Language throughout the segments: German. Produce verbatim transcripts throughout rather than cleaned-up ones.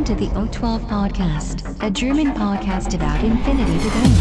Welcome to the O twelve Podcast, a German podcast about infinity debate.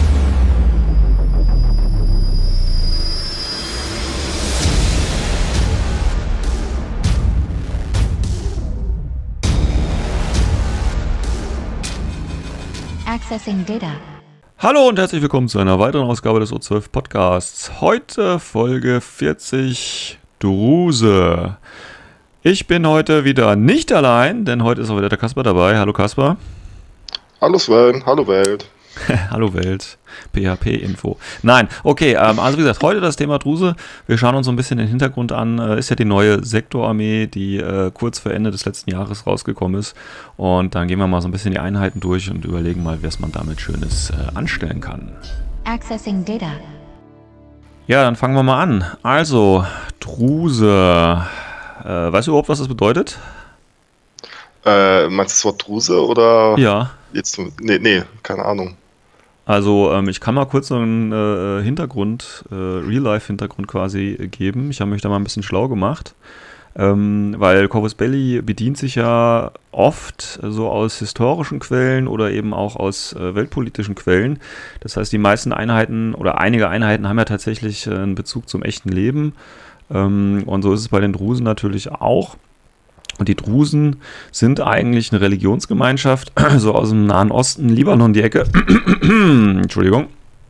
Accessing Data. Hallo und herzlich willkommen zu einer weiteren Ausgabe des O zwölf Podcasts. Heute Folge vierzig, Druse. Ich bin heute wieder nicht allein, denn heute ist auch wieder der Kasper dabei. Hallo Kasper. Hallo Sven, hallo Welt. Hallo Welt, P H P-Info. Nein, okay, ähm, also wie gesagt, heute das Thema Druse. Wir schauen uns so ein bisschen den Hintergrund an. Äh, ist ja die neue Sektorarmee, die äh, kurz vor Ende des letzten Jahres rausgekommen ist. Und dann gehen wir mal so ein bisschen die Einheiten durch und überlegen mal, was man damit Schönes äh, anstellen kann. Accessing Data. Ja, dann fangen wir mal an. Also, Druse. Äh, weißt du überhaupt, was das bedeutet? Äh, meinst du das Wort Druse oder? Ja. Jetzt, nee, nee, keine Ahnung. Also ähm, ich kann mal kurz so einen äh, Hintergrund, äh, Real-Life-Hintergrund quasi äh, geben. Ich habe mich da mal ein bisschen schlau gemacht, ähm, weil Corvus Belli bedient sich ja oft äh, so aus historischen Quellen oder eben auch aus äh, weltpolitischen Quellen. Das heißt, die meisten Einheiten oder einige Einheiten haben ja tatsächlich äh, einen Bezug zum echten Leben. Ähm, und so ist es bei den Drusen natürlich auch. Und die Drusen sind eigentlich eine Religionsgemeinschaft, so aus dem Nahen Osten, Libanon, die Ecke. Entschuldigung.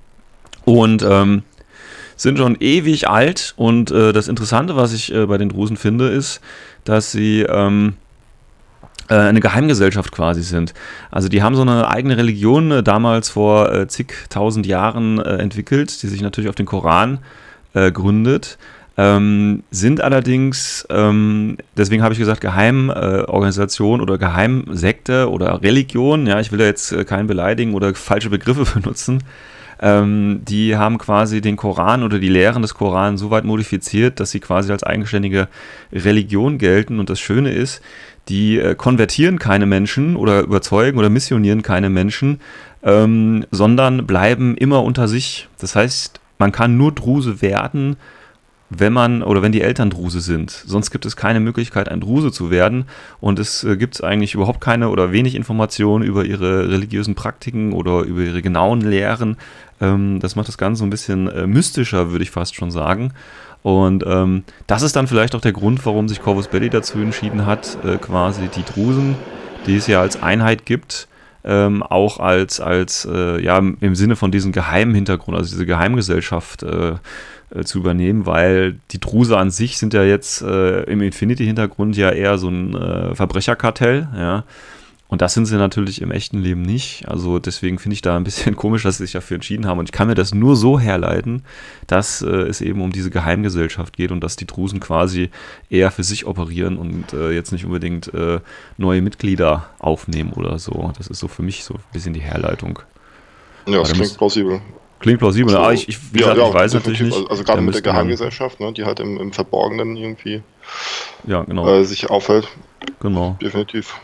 Und ähm, sind schon ewig alt. Und äh, das Interessante, was ich äh, bei den Drusen finde, ist, dass sie ähm, äh, eine Geheimgesellschaft quasi sind. Also die haben so eine eigene Religion äh, damals vor äh, zigtausend Jahren äh, entwickelt, die sich natürlich auf den Koran äh, gründet. Ähm, sind allerdings, ähm, deswegen habe ich gesagt, Geheimorganisation äh, oder Geheimsekte oder Religion, ja, ich will da jetzt äh, keinen beleidigen oder falsche Begriffe benutzen, ähm, die haben quasi den Koran oder die Lehren des Koran so weit modifiziert, dass sie quasi als eigenständige Religion gelten. Und das Schöne ist, die äh, konvertieren keine Menschen oder überzeugen oder missionieren keine Menschen, ähm, sondern bleiben immer unter sich. Das heißt, man kann nur Druse werden, wenn man oder wenn die Eltern Druse sind. Sonst gibt es keine Möglichkeit, ein Druse zu werden. Und es äh, gibt eigentlich überhaupt keine oder wenig Informationen über ihre religiösen Praktiken oder über ihre genauen Lehren. Ähm, das macht das Ganze so ein bisschen äh, mystischer, würde ich fast schon sagen. Und ähm, das ist dann vielleicht auch der Grund, warum sich Corvus Belli dazu entschieden hat, äh, quasi die Drusen, die es ja als Einheit gibt, ähm, auch als, als äh, ja, im Sinne von diesem geheimen Hintergrund, also diese Geheimgesellschaft äh, zu übernehmen, weil die Druse an sich sind ja jetzt äh, im Infinity-Hintergrund ja eher so ein äh, Verbrecherkartell, ja, und das sind sie natürlich im echten Leben nicht, also deswegen finde ich da ein bisschen komisch, dass sie sich dafür entschieden haben und ich kann mir das nur so herleiten, dass äh, es eben um diese Geheimgesellschaft geht und dass die Drusen quasi eher für sich operieren und äh, jetzt nicht unbedingt äh, neue Mitglieder aufnehmen oder so, das ist so für mich so ein bisschen die Herleitung. Ja, das klingt plausibel. Klingt plausibel, so, aber ich, ich, wie gesagt, ja, ich weiß ja, natürlich nicht. Also, also gerade mit der Geheimgesellschaft, ne, die halt im, im Verborgenen irgendwie ja, genau. äh, sich aufhält. Genau. Definitiv.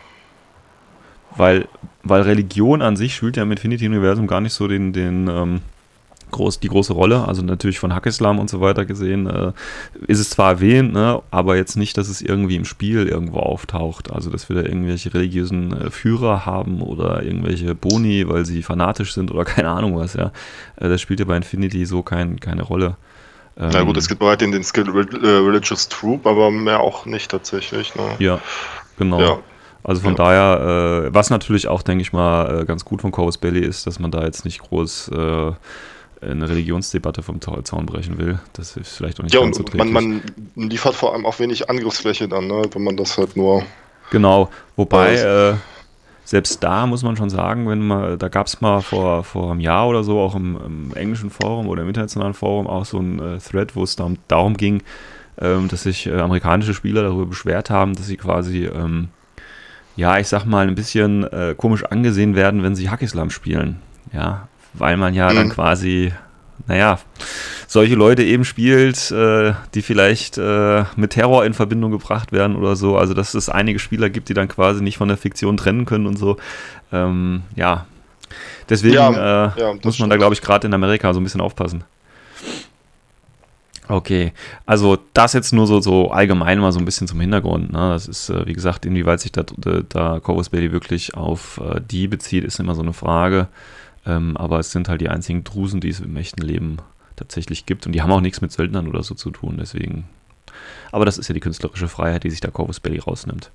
Weil, weil Religion an sich spielt ja im Infinity-Universum gar nicht so den, den ähm, groß, die große Rolle. Also natürlich von Hack-Islam und so weiter gesehen äh, ist es zwar erwähnt, ne, aber jetzt nicht, dass es irgendwie im Spiel irgendwo auftaucht. Also dass wir da irgendwelche religiösen äh, Führer haben oder irgendwelche Boni, weil sie fanatisch sind oder keine Ahnung was, ja. Äh, das spielt ja bei Infinity so kein, keine Rolle. Ähm, Na gut, es gibt halt den, den Skill Religious Troop, aber mehr auch nicht tatsächlich. Ne? Ja, genau. Ja. Also von ja. daher, äh, was natürlich auch, denke ich mal, äh, ganz gut von Corvus Belli ist, dass man da jetzt nicht groß äh, eine Religionsdebatte vom Zaun brechen will. Das ist vielleicht auch nicht ja, ganz so träglich. träglich. Man, man liefert vor allem auch wenig Angriffsfläche dann, ne? Wenn man das halt nur... Genau, wobei, äh, selbst da muss man schon sagen, wenn man, da gab es mal vor, vor einem Jahr oder so, auch im, im englischen Forum oder im internationalen Forum auch so ein äh, Thread, wo es darum, darum ging, ähm, dass sich äh, amerikanische Spieler darüber beschwert haben, dass sie quasi... Ähm, ja, ich sag mal, ein bisschen äh, komisch angesehen werden, wenn sie Hack-Islam spielen. Ja, weil man ja mhm. dann quasi, naja, solche Leute eben spielt, äh, die vielleicht äh, mit Terror in Verbindung gebracht werden oder so. Also, dass es einige Spieler gibt, die dann quasi nicht von der Fiktion trennen können und so. Ähm, ja, deswegen ja, äh, ja, muss man stimmt. da, glaube ich, gerade in Amerika so ein bisschen aufpassen. Okay, also das jetzt nur so, so allgemein mal so ein bisschen zum Hintergrund. Ne? Das ist, äh, wie gesagt, inwieweit sich da, da, da Corvus Belli wirklich auf äh, die bezieht, ist immer so eine Frage. Ähm, aber es sind halt die einzigen Drusen, die es im echten Leben tatsächlich gibt. Und die haben auch nichts mit Söldnern oder so zu tun, deswegen. Aber das ist ja die künstlerische Freiheit, die sich da Corvus Belli rausnimmt.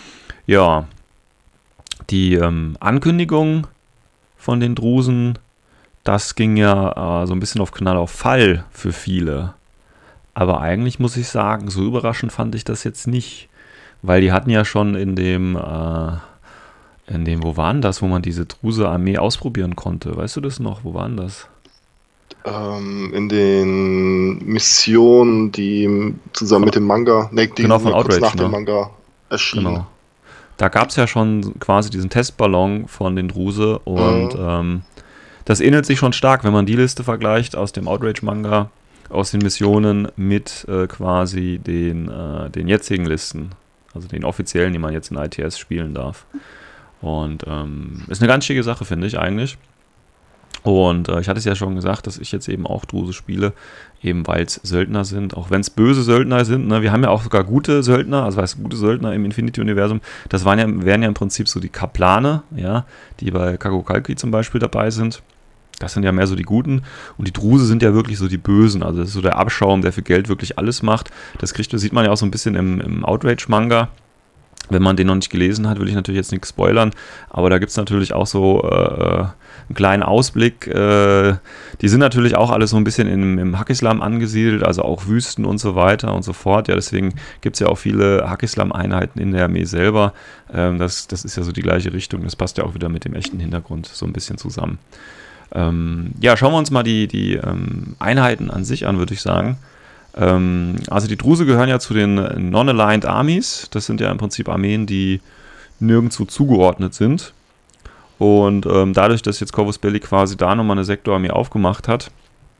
Ja, die ähm, Ankündigung von den Drusen, das ging ja äh, so ein bisschen auf Knall auf Fall für viele. Aber eigentlich muss ich sagen, so überraschend fand ich das jetzt nicht. Weil die hatten ja schon in dem, äh, in dem, wo waren das, wo man diese Druse-Armee ausprobieren konnte. Weißt du das noch? Wo waren das? Ähm, in den Missionen, die zusammen mit dem Manga, ne, die Genau, von kurz Outrage, nach ne? dem Manga erschienen. Genau. Da gab es ja schon quasi diesen Testballon von den Druse und Mhm. ähm, das ähnelt sich schon stark, wenn man die Liste vergleicht aus dem Outrage-Manga, aus den Missionen mit äh, quasi den, äh, den jetzigen Listen, also den offiziellen, die man jetzt in I T S spielen darf. Und ähm, ist eine ganz schicke Sache, finde ich eigentlich. Und äh, ich hatte es ja schon gesagt, dass ich jetzt eben auch Druse spiele, eben weil es Söldner sind, auch wenn es böse Söldner sind. Ne? Wir haben ja auch sogar gute Söldner, also weißt, gute Söldner im Infinity-Universum. Das waren ja, wären ja im Prinzip so die Kaplane, ja, die bei Kagokalki zum Beispiel dabei sind. Das sind ja mehr so die Guten. Und die Druse sind ja wirklich so die Bösen. Also das ist so der Abschaum, der für Geld wirklich alles macht. Das kriegt, das sieht man ja auch so ein bisschen im, im Outrage-Manga. Wenn man den noch nicht gelesen hat, will ich natürlich jetzt nichts spoilern. Aber da gibt es natürlich auch so äh, einen kleinen Ausblick. Äh, die sind natürlich auch alle so ein bisschen im, im Hackislam angesiedelt. Also auch Wüsten und so weiter und so fort. Ja, deswegen gibt es ja auch viele Hackislam-Einheiten in der Armee selber. Ähm, das, das ist ja so die gleiche Richtung. Das passt ja auch wieder mit dem echten Hintergrund so ein bisschen zusammen. Ähm, ja, schauen wir uns mal die, die ähm, Einheiten an sich an, würde ich sagen. Ähm, also die Druse gehören ja zu den Non-Aligned Armies. Das sind ja im Prinzip Armeen, die nirgendwo zugeordnet sind. Und ähm, dadurch, dass jetzt Corvus Belli quasi da nochmal eine Sektorarmee aufgemacht hat,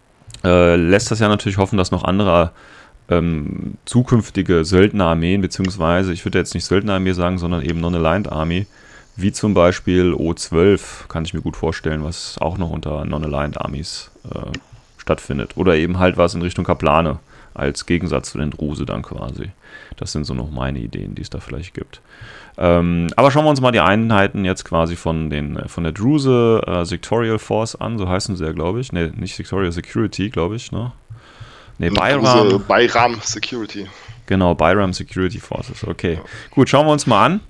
äh, lässt das ja natürlich hoffen, dass noch andere ähm, zukünftige Söldnerarmeen, beziehungsweise, ich würde jetzt nicht Söldnerarmee sagen, sondern eben Non-Aligned Army, wie zum Beispiel O zwölf, kann ich mir gut vorstellen, was auch noch unter Non-Aligned Armies äh, stattfindet. Oder eben halt was in Richtung Kaplane, als Gegensatz zu den Druse dann quasi. Das sind so noch meine Ideen, die es da vielleicht gibt. Ähm, aber schauen wir uns mal die Einheiten jetzt quasi von, den, von der Druse äh, Sectorial Force an, so heißen sie ja, glaube ich. Ne, nicht Sectorial Security, glaube ich, ne? Ne, Bayram. Bayram Security. Genau, Bayram Security Forces, okay. Ja. Gut, schauen wir uns mal an.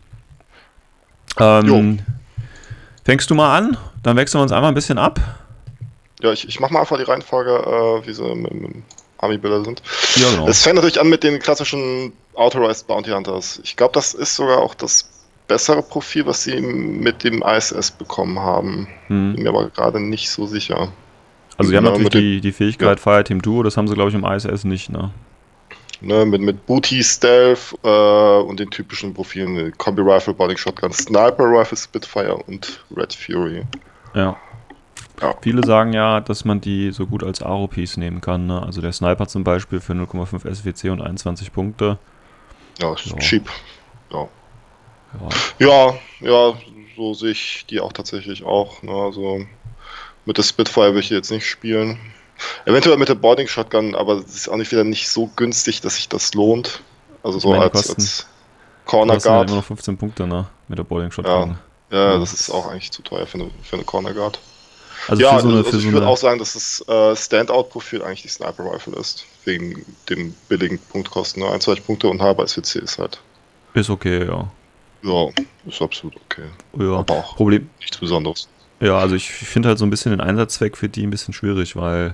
Ähm, fängst du mal an? Dann wechseln wir uns einmal ein bisschen ab. Ja, ich, ich mach mal einfach die Reihenfolge, äh, wie sie mit, mit Army-Bilder sind. Ja, genau. Es fängt natürlich an mit den klassischen Authorized Bounty Hunters. Ich glaube, das ist sogar auch das bessere Profil, was sie mit dem I S S bekommen haben. Hm. Bin mir aber gerade nicht so sicher. Also sie haben ja, natürlich die, die Fähigkeit ja. Fireteam Duo, das haben sie, glaube ich, im I S S nicht, ne? Ne, mit, mit Booty, Stealth äh, und den typischen Profilen Kombi Rifle, Boarding Shotgun, Sniper Rifle, Spitfire und Red Fury. Ja. ja. Viele sagen ja, dass man die so gut als A R O Ps nehmen kann. Ne? Also der Sniper zum Beispiel für null Komma fünf S W C und einundzwanzig Punkte. Ja, ist ja. cheap. Ja. Ja. ja, ja, so sehe ich die auch tatsächlich auch. Ne? Also mit der Spitfire will ich jetzt nicht spielen. Eventuell mit der Boarding Shotgun, aber es ist auch nicht wieder nicht so günstig, dass sich das lohnt. Also so als, Kosten, als Corner Guard. Ja immer noch fünfzehn Punkte, ne? Mit der Boarding Shotgun. Ja, ja, ja, das ist auch eigentlich zu teuer für eine, für eine Corner Guard. Also ja, für so eine, also für ich so würde eine... auch sagen, dass das äh, Standout-Profil eigentlich die Sniper Rifle ist. Wegen dem billigen Punktkosten. Ne? einundzwanzig Punkte und halber S W C ist halt. Ist okay, ja. Ja, ist absolut okay. Ja, aber auch Problem. nichts Besonderes. Ja, also ich finde halt so ein bisschen den Einsatzzweck für die ein bisschen schwierig, weil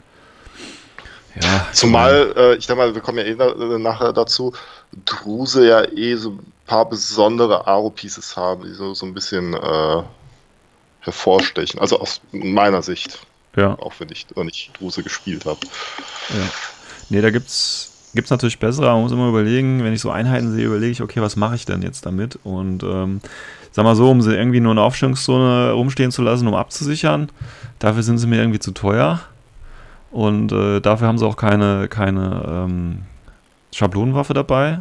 ja, zumal, äh, ich denke mal, wir kommen ja eh na, nachher dazu, Druse ja eh so ein paar besondere A R O-Pieces haben, die so, so ein bisschen äh, hervorstechen. Also aus meiner Sicht. Ja. Auch wenn ich noch nicht Druse gespielt habe. Ja. Nee, da gibt's, gibt's natürlich bessere, man muss immer überlegen, wenn ich so Einheiten sehe, überlege ich, okay, was mache ich denn jetzt damit? Und ähm, sag mal so, um sie irgendwie nur in der Aufstellungszone rumstehen zu lassen, um abzusichern, dafür sind sie mir irgendwie zu teuer. Und äh, dafür haben sie auch keine, keine ähm, Schablonenwaffe dabei.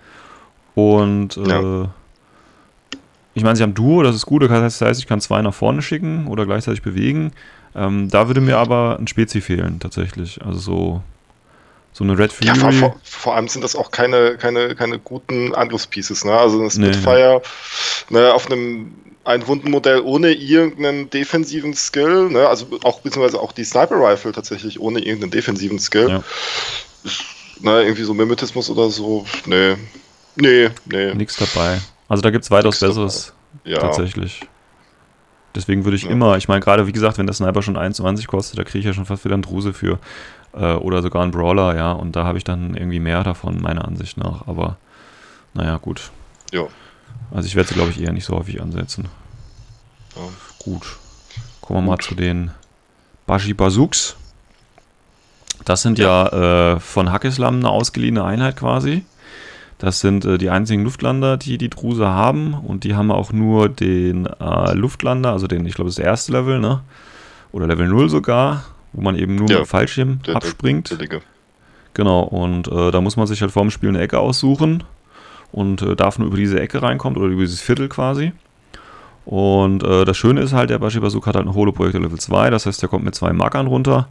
Und äh, ja. ich meine, sie haben Duo, das ist gut, das heißt, ich kann zwei nach vorne schicken oder gleichzeitig bewegen. Ähm, da würde mir aber ein Spezi fehlen, tatsächlich. Also so, So eine Red Fury. Ja, vor, vor, vor allem sind das auch keine, keine, keine guten Angriffspieces, ne? Also eine Spitfire nee, ne, auf einem ein Wundenmodell ohne irgendeinen defensiven Skill, ne? Also auch beziehungsweise auch die Sniper Rifle tatsächlich ohne irgendeinen defensiven Skill. Ja. Ne, irgendwie so Mimetismus oder so. Nee. Nee, nee. Nix dabei. Also da gibt es weitaus Nix Besseres. Ja. Tatsächlich. Deswegen würde ich ja. immer, ich meine gerade wie gesagt, wenn der Sniper schon einundzwanzig kostet, da kriege ich ja schon fast wieder einen Druse für. Äh, oder sogar einen Brawler, ja. Und da habe ich dann irgendwie mehr davon, meiner Ansicht nach. Aber naja, gut. Ja. Also ich werde sie, glaube ich, eher nicht so häufig ansetzen. Ja. Gut. Kommen wir Gut. mal zu den Bashi Bazooks. Das sind ja, ja äh, von Hackislam eine ausgeliehene Einheit quasi. Das sind äh, die einzigen Luftlander, die die Druse haben. Und die haben auch nur den äh, Luftlander, also den, ich glaube, das erste Level, ne? Oder Level null sogar, wo man eben nur ja. mit dem Fallschirm der, abspringt. Der, der genau, und äh, da muss man sich halt vorm Spiel eine Ecke aussuchen. Und äh, darf nur über diese Ecke reinkommen oder über dieses Viertel quasi. Und äh, das Schöne ist halt, der Bashi Bazook hat halt einen Holo-Projektor Level zwei, das heißt, der kommt mit zwei Markern runter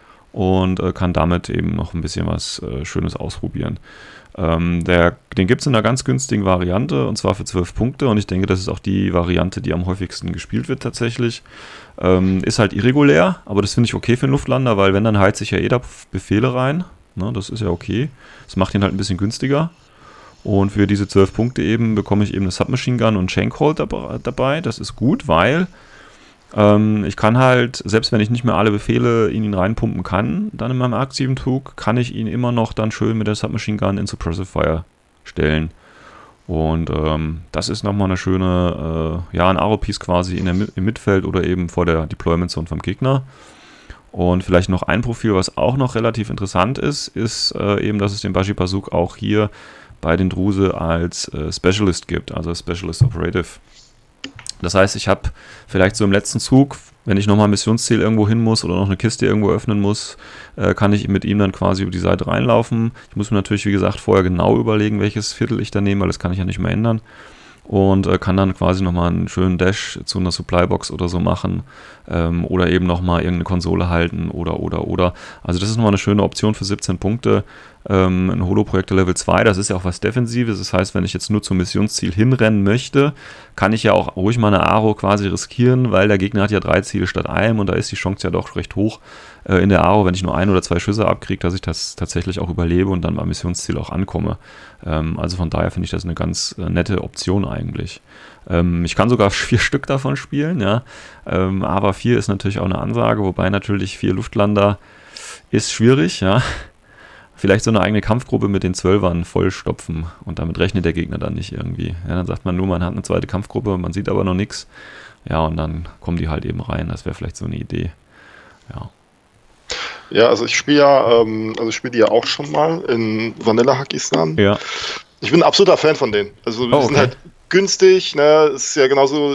und äh, kann damit eben noch ein bisschen was äh, Schönes ausprobieren. Ähm, der, den gibt es in einer ganz günstigen Variante und zwar für zwölf Punkte und ich denke, das ist auch die Variante, die am häufigsten gespielt wird tatsächlich. Ähm, ist halt irregulär, aber das finde ich okay für einen Luftlander, weil wenn, dann heizt sich ja eh da Befehle rein. Ne, das ist ja okay. Das macht ihn halt ein bisschen günstiger. Und für diese zwölf Punkte eben bekomme ich eben eine Submachine Gun und Shankhold dabei. Das ist gut, weil ähm, ich kann halt, selbst wenn ich nicht mehr alle Befehle in ihn reinpumpen kann, dann in meinem aktiven Zug, kann ich ihn immer noch dann schön mit der Submachine Gun in Suppressive Fire stellen. Und ähm, das ist nochmal eine schöne, äh, ja, ein Aro-Piece quasi in der, im Mittelfeld oder eben vor der Deployment Zone vom Gegner. Und vielleicht noch ein Profil, was auch noch relativ interessant ist, ist äh, eben, dass es den Bashi Bazook auch hier bei den Druse als äh, Specialist gibt, also Specialist Operative. Das heißt, ich habe vielleicht so im letzten Zug, wenn ich nochmal ein Missionsziel irgendwo hin muss oder noch eine Kiste irgendwo öffnen muss, äh, kann ich mit ihm dann quasi über die Seite reinlaufen. Ich muss mir natürlich, wie gesagt, vorher genau überlegen, welches Viertel ich da nehme, weil das kann ich ja nicht mehr ändern. Und äh, kann dann quasi nochmal einen schönen Dash zu einer Supplybox oder so machen ähm, oder eben nochmal irgendeine Konsole halten oder, oder, oder. Also das ist nochmal eine schöne Option für siebzehn Punkte. Ähm, ein Holo-Projektor Level zwei, das ist ja auch was Defensives. Das heißt, wenn ich jetzt nur zum Missionsziel hinrennen möchte, kann ich ja auch ruhig mal eine Aro quasi riskieren, weil der Gegner hat ja drei Ziele statt einem und da ist die Chance ja doch recht hoch äh, in der Aro, wenn ich nur ein oder zwei Schüsse abkriege, dass ich das tatsächlich auch überlebe und dann beim Missionsziel auch ankomme. Ähm, also von daher finde ich das eine ganz äh, nette Option eigentlich. Ähm, ich kann sogar vier Stück davon spielen, ja, ähm, aber vier ist natürlich auch eine Ansage, wobei natürlich vier Luftlander ist schwierig, ja. Vielleicht so eine eigene Kampfgruppe mit den Zwölfern vollstopfen und damit rechnet der Gegner dann nicht irgendwie. Ja, dann sagt man nur, man hat eine zweite Kampfgruppe, man sieht aber noch nichts. Ja, und dann kommen die halt eben rein. Das wäre vielleicht so eine Idee. Ja. Ja, also ich spiele ja, ähm, also ich spiele die ja auch schon mal in Vanilla Hackislam. Ja. Ich bin ein absoluter Fan von denen. Also die oh, okay. sind halt günstig, ne, ist ja genauso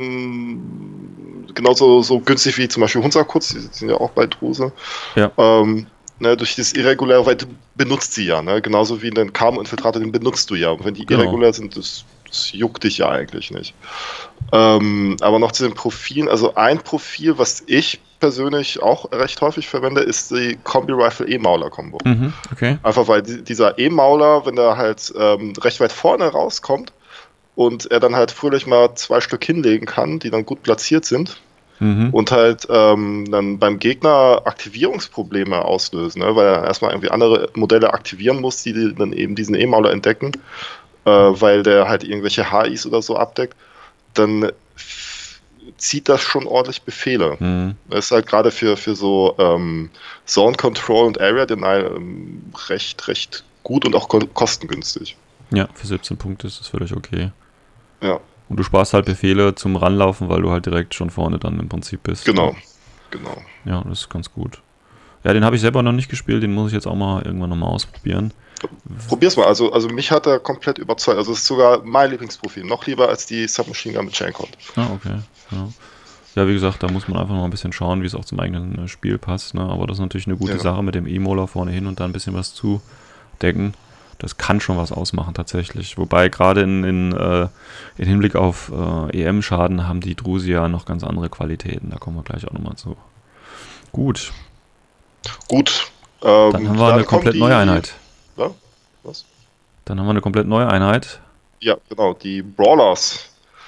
ähm, genauso so günstig wie zum Beispiel Hunsakurz, die sind ja auch bei Druse. Ja. Ähm, Ne, durch das Irreguläre, weil du benutzt sie ja, ne? Genauso wie den Camo-Infiltrator, den benutzt du ja. Und wenn die genau. irregulär sind, das, das juckt dich ja eigentlich nicht. Ähm, aber noch zu den Profilen, also ein Profil, was ich persönlich auch recht häufig verwende, ist die Kombi-Rifle-E-Mauler-Kombo. Mhm, okay. Einfach weil die, dieser E-Mauler, wenn der halt ähm, recht weit vorne rauskommt und er dann halt fröhlich mal zwei Stück hinlegen kann, die dann gut platziert sind, Mhm. und halt ähm, dann beim Gegner Aktivierungsprobleme auslösen, ne? Weil er erstmal irgendwie andere Modelle aktivieren muss, die dann eben diesen E-Mauler entdecken, äh, weil der halt irgendwelche H Is oder so abdeckt, dann f- zieht das schon ordentlich Befehle. Mhm. Das ist halt gerade für, für so ähm, Zone Control und Area Denial ähm, recht, recht gut und auch ko- kostengünstig. Ja, für siebzehn Punkte ist das völlig okay. Ja. Und du sparst halt Befehle zum Ranlaufen, weil du halt direkt schon vorne dann im Prinzip bist. Genau, genau. Ja, das ist ganz gut. Ja, den habe ich selber noch nicht gespielt, den muss ich jetzt auch mal irgendwann nochmal ausprobieren. Probier's mal, also, also mich hat er komplett überzeugt. Also es ist sogar mein Lieblingsprofil, noch lieber als die Submachine Gun mit Shankhold. Ah, okay. Ja. ja, wie gesagt, da muss man einfach noch ein bisschen schauen, wie es auch zum eigenen Spiel passt. Ne? Aber das ist natürlich eine gute ja. Sache mit dem E-Molar vorne hin und da ein bisschen was zu decken. Das kann schon was ausmachen tatsächlich. Wobei gerade in, in, äh, in Hinblick auf äh, E M-Schaden haben die Drusi ja noch ganz andere Qualitäten. Da kommen wir gleich auch nochmal zu. Gut. Gut. Ähm, Dann haben wir eine komplett die, neue Einheit. Ja, was? Dann haben wir eine komplett neue Einheit. Ja, genau, die Brawlers.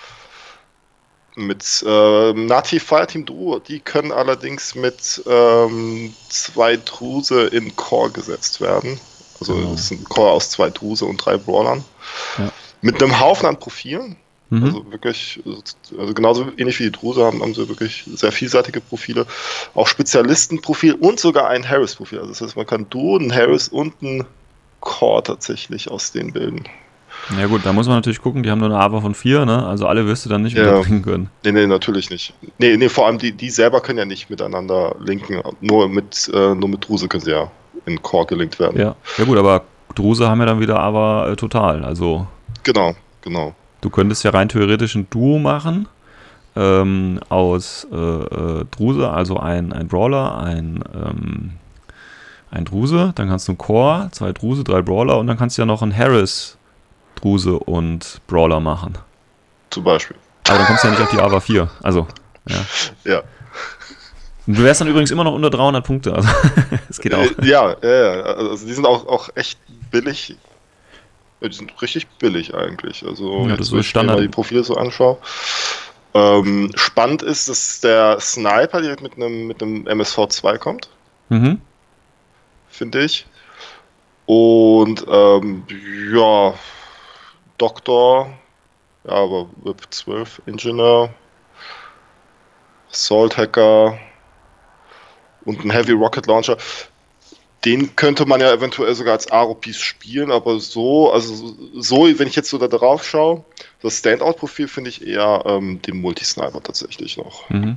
Mit äh, Nativ Fireteam Duo, die können allerdings mit ähm, zwei Druse in Core gesetzt werden. Also Genau. es ist ein Core aus zwei Druse und drei Brawlern. Ja. Mit einem Haufen an Profilen. Mhm. Also wirklich, also genauso ähnlich wie die Druse haben, haben sie wirklich sehr vielseitige Profile. Auch Spezialistenprofil und sogar ein Harris-Profil. Also das heißt, man kann Duo, einen Harris und einen Core tatsächlich aus denen bilden. Ja gut, da muss man natürlich gucken, die haben nur eine A W A von vier, ne? Also alle wirst du dann nicht Ja. unterbringen können. Nee, nee, natürlich nicht. Nee, nee, vor allem die, die selber können ja nicht miteinander linken. Nur mit, äh, nur mit Druse können sie ja in Core gelinkt werden. Ja, ja gut, aber Druse haben ja dann wieder A W A äh, total. Also Genau, genau. du könntest ja rein theoretisch ein Duo machen ähm, aus äh, äh, Druse, also ein, ein Brawler, ein, ähm, ein Druse, dann kannst du ein Core, zwei Druse, drei Brawler und dann kannst du ja noch einen Harris, Druse und Brawler machen. Zum Beispiel. Aber dann kommst du ja nicht auf die A W A vier. Also, ja. Ja. Und du wärst dann übrigens immer noch unter dreihundert Punkte. Also, es geht auch. Äh, ja, ja, ja, also die sind auch, auch echt billig. Ja, die sind richtig billig eigentlich. Also, Ja, das jetzt, ist wenn ich Standard. mir mal die Profile so anschaue. Ähm, spannend ist, dass der Sniper direkt mit einem mit einem M S V zwei kommt, Mhm. finde ich. Und ähm, ja, Doktor, ja, aber W I P zwölf, Ingenieur, Assault Hacker und ein Heavy Rocket Launcher. Den könnte man ja eventuell sogar als Aro-Piece spielen, aber so, also so, wenn ich jetzt so da drauf schaue, das Standout-Profil finde ich eher ähm, den Multisniper tatsächlich noch. Mhm.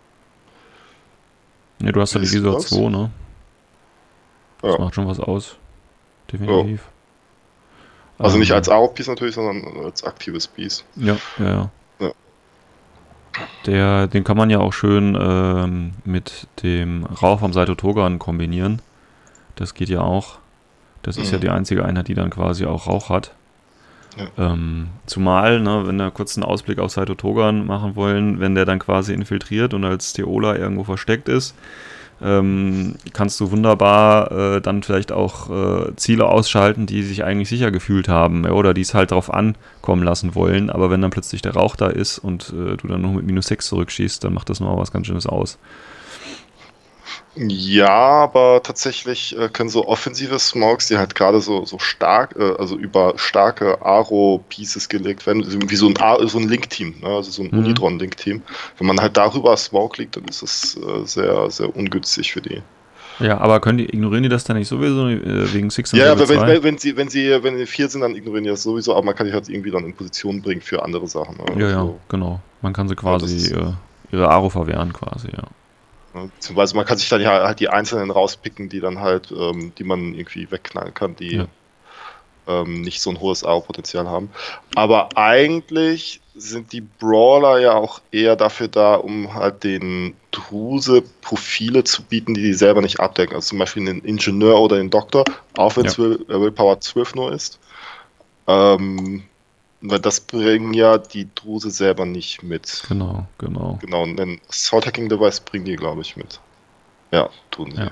Ja, du hast ja die Wie siehst du Visor das? zwei, ne? Das Ja. macht schon was aus. Definitiv. Also nicht Ähm, als Aro-Piece natürlich, sondern als aktives Piece. Ja, ja, ja. Ja. Der, den kann man ja auch schön ähm, mit dem Rauch vom Saito Togan kombinieren. Das geht ja auch. Das ist Mhm. ja die einzige Einheit, die dann quasi auch Rauch hat. Ja. Ähm, zumal, ne, wenn wir kurz einen Ausblick auf Saito Togan machen wollen, wenn der dann quasi infiltriert und als Teola irgendwo versteckt ist, ähm, kannst du wunderbar äh, dann vielleicht auch äh, Ziele ausschalten, die sich eigentlich sicher gefühlt haben, ja, oder die es halt darauf ankommen lassen wollen. Aber wenn dann plötzlich der Rauch da ist und äh, du dann nur mit minus sechs zurückschießt, dann macht das nochmal was ganz Schönes aus. Ja, aber tatsächlich äh, können so offensive Smokes, die halt gerade so, so stark, äh, also über starke Aro-Pieces gelegt werden, so wie so ein, A- so ein Link-Team, ne? Also so ein Mhm. Unitron-Link-Team. Wenn man halt darüber Smoke liegt, dann ist das äh, sehr, sehr ungünstig für die. Ja, aber können die, ignorieren die das dann nicht sowieso äh, wegen Six und Ja, Level aber wenn, zwei? wenn, wenn sie, wenn sie, wenn sie vier sind, dann ignorieren die das sowieso, aber man kann die halt irgendwie dann in Position bringen für andere Sachen. Ne? Ja, ja, Also, genau. Man kann sie das quasi ist- äh, ihre Aro verwehren quasi, ja. ne? Beziehungsweise man kann sich dann ja halt die einzelnen rauspicken, die dann halt, ähm, die man irgendwie wegknallen kann, die Ja. ähm, nicht so ein hohes Aro-Potenzial haben. Aber eigentlich sind die Brawler ja auch eher dafür da, um halt den Druse Profile zu bieten, die die selber nicht abdecken. Also zum Beispiel den Ingenieur oder den Doktor, auch wenn es Ja. Will, äh, Willpower zwölf nur ist. Ähm, weil das bringen ja die Druse selber nicht mit. Genau, genau. Genau, und ein Assault Hacking Device bringen die, glaube ich, mit. Ja, tun sie. Ja.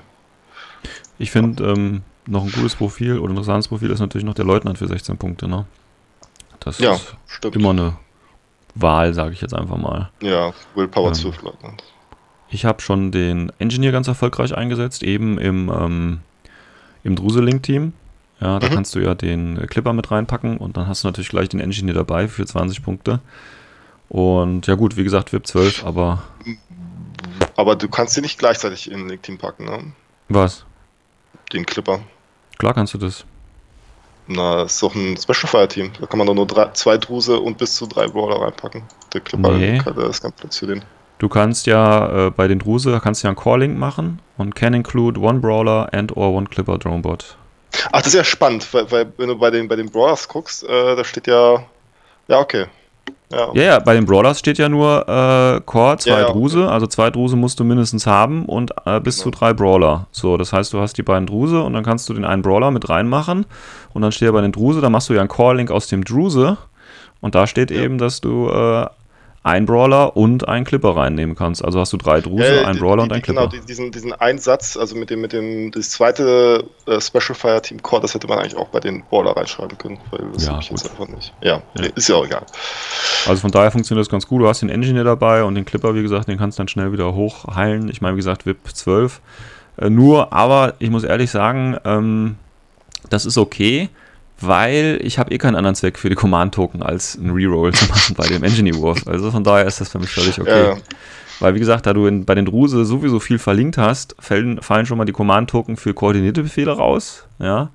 Ich finde, ähm, noch ein gutes Profil oder ein interessantes Profil ist natürlich noch der Leutnant für sechzehn Punkte, ne? Das Ja, ist stimmt. immer eine Wahl, sage ich jetzt einfach mal. Ja, Willpower Ähm, zwölf Leutnant. Ich habe schon den Engineer ganz erfolgreich eingesetzt, eben im, ähm, im Druse-Link-Team. Ja, da Mhm. kannst du ja den Clipper mit reinpacken und dann hast du natürlich gleich den Engineer dabei für zwanzig Punkte. Und ja gut, wie gesagt, W I P zwölf, aber Aber du kannst sie nicht gleichzeitig in Link Team packen, ne? was? Den Clipper. Klar kannst du das. Na, das ist doch ein Special Fire Team. Da kann man doch nur drei, zwei Druse und bis zu drei Brawler reinpacken. Der Clipper, Nee. der ist ganz Platz für den. Du kannst ja äh, bei den Druse kannst du ja einen Core-Link machen und can include one Brawler and or one Clipper Dronebot. Ach, das ist ja spannend, weil, weil wenn du bei den, bei den Brawlers guckst, äh, da steht ja. Ja, okay. Ja, Ja, ja, bei den Brawlers steht ja nur äh, Core, zwei Ja, ja, Druse, also zwei Druse musst du mindestens haben und äh, bis Genau. zu drei Brawler. So, das heißt, du hast die beiden Druse und dann kannst du den einen Brawler mit reinmachen und dann steht ja bei den Druse, da machst du ja einen Core-Link aus dem Druse und da steht Ja. eben, dass du äh, einen Brawler und einen Clipper reinnehmen kannst. Also hast du drei Druse, Ja, einen die- Brawler die- und einen die- Clipper. Genau, die- diesen, diesen Einsatz, also mit dem, mit dem, das zweite äh, Special Fire Team Core, das hätte man eigentlich auch bei den Brawler reinschreiben können, weil das Ja, hab ich jetzt gut. einfach nicht. Ja, Ja. ist ja auch egal. Also von daher funktioniert das ganz gut. Du hast den Engineer dabei und den Clipper, wie gesagt, den kannst du dann schnell wieder hochheilen. Ich meine, wie gesagt, V I P zwölf. Äh, nur, aber ich muss ehrlich sagen, ähm, das ist okay, weil ich habe eh keinen anderen Zweck für die Command-Token als einen Reroll zu machen bei dem Engineer-Wurf. Also von daher ist das für mich völlig okay. Ja. Weil, wie gesagt, da du in, bei den Druse sowieso viel verlinkt hast, fallen, fallen schon mal die Command-Token für koordinierte Befehle raus. Ja.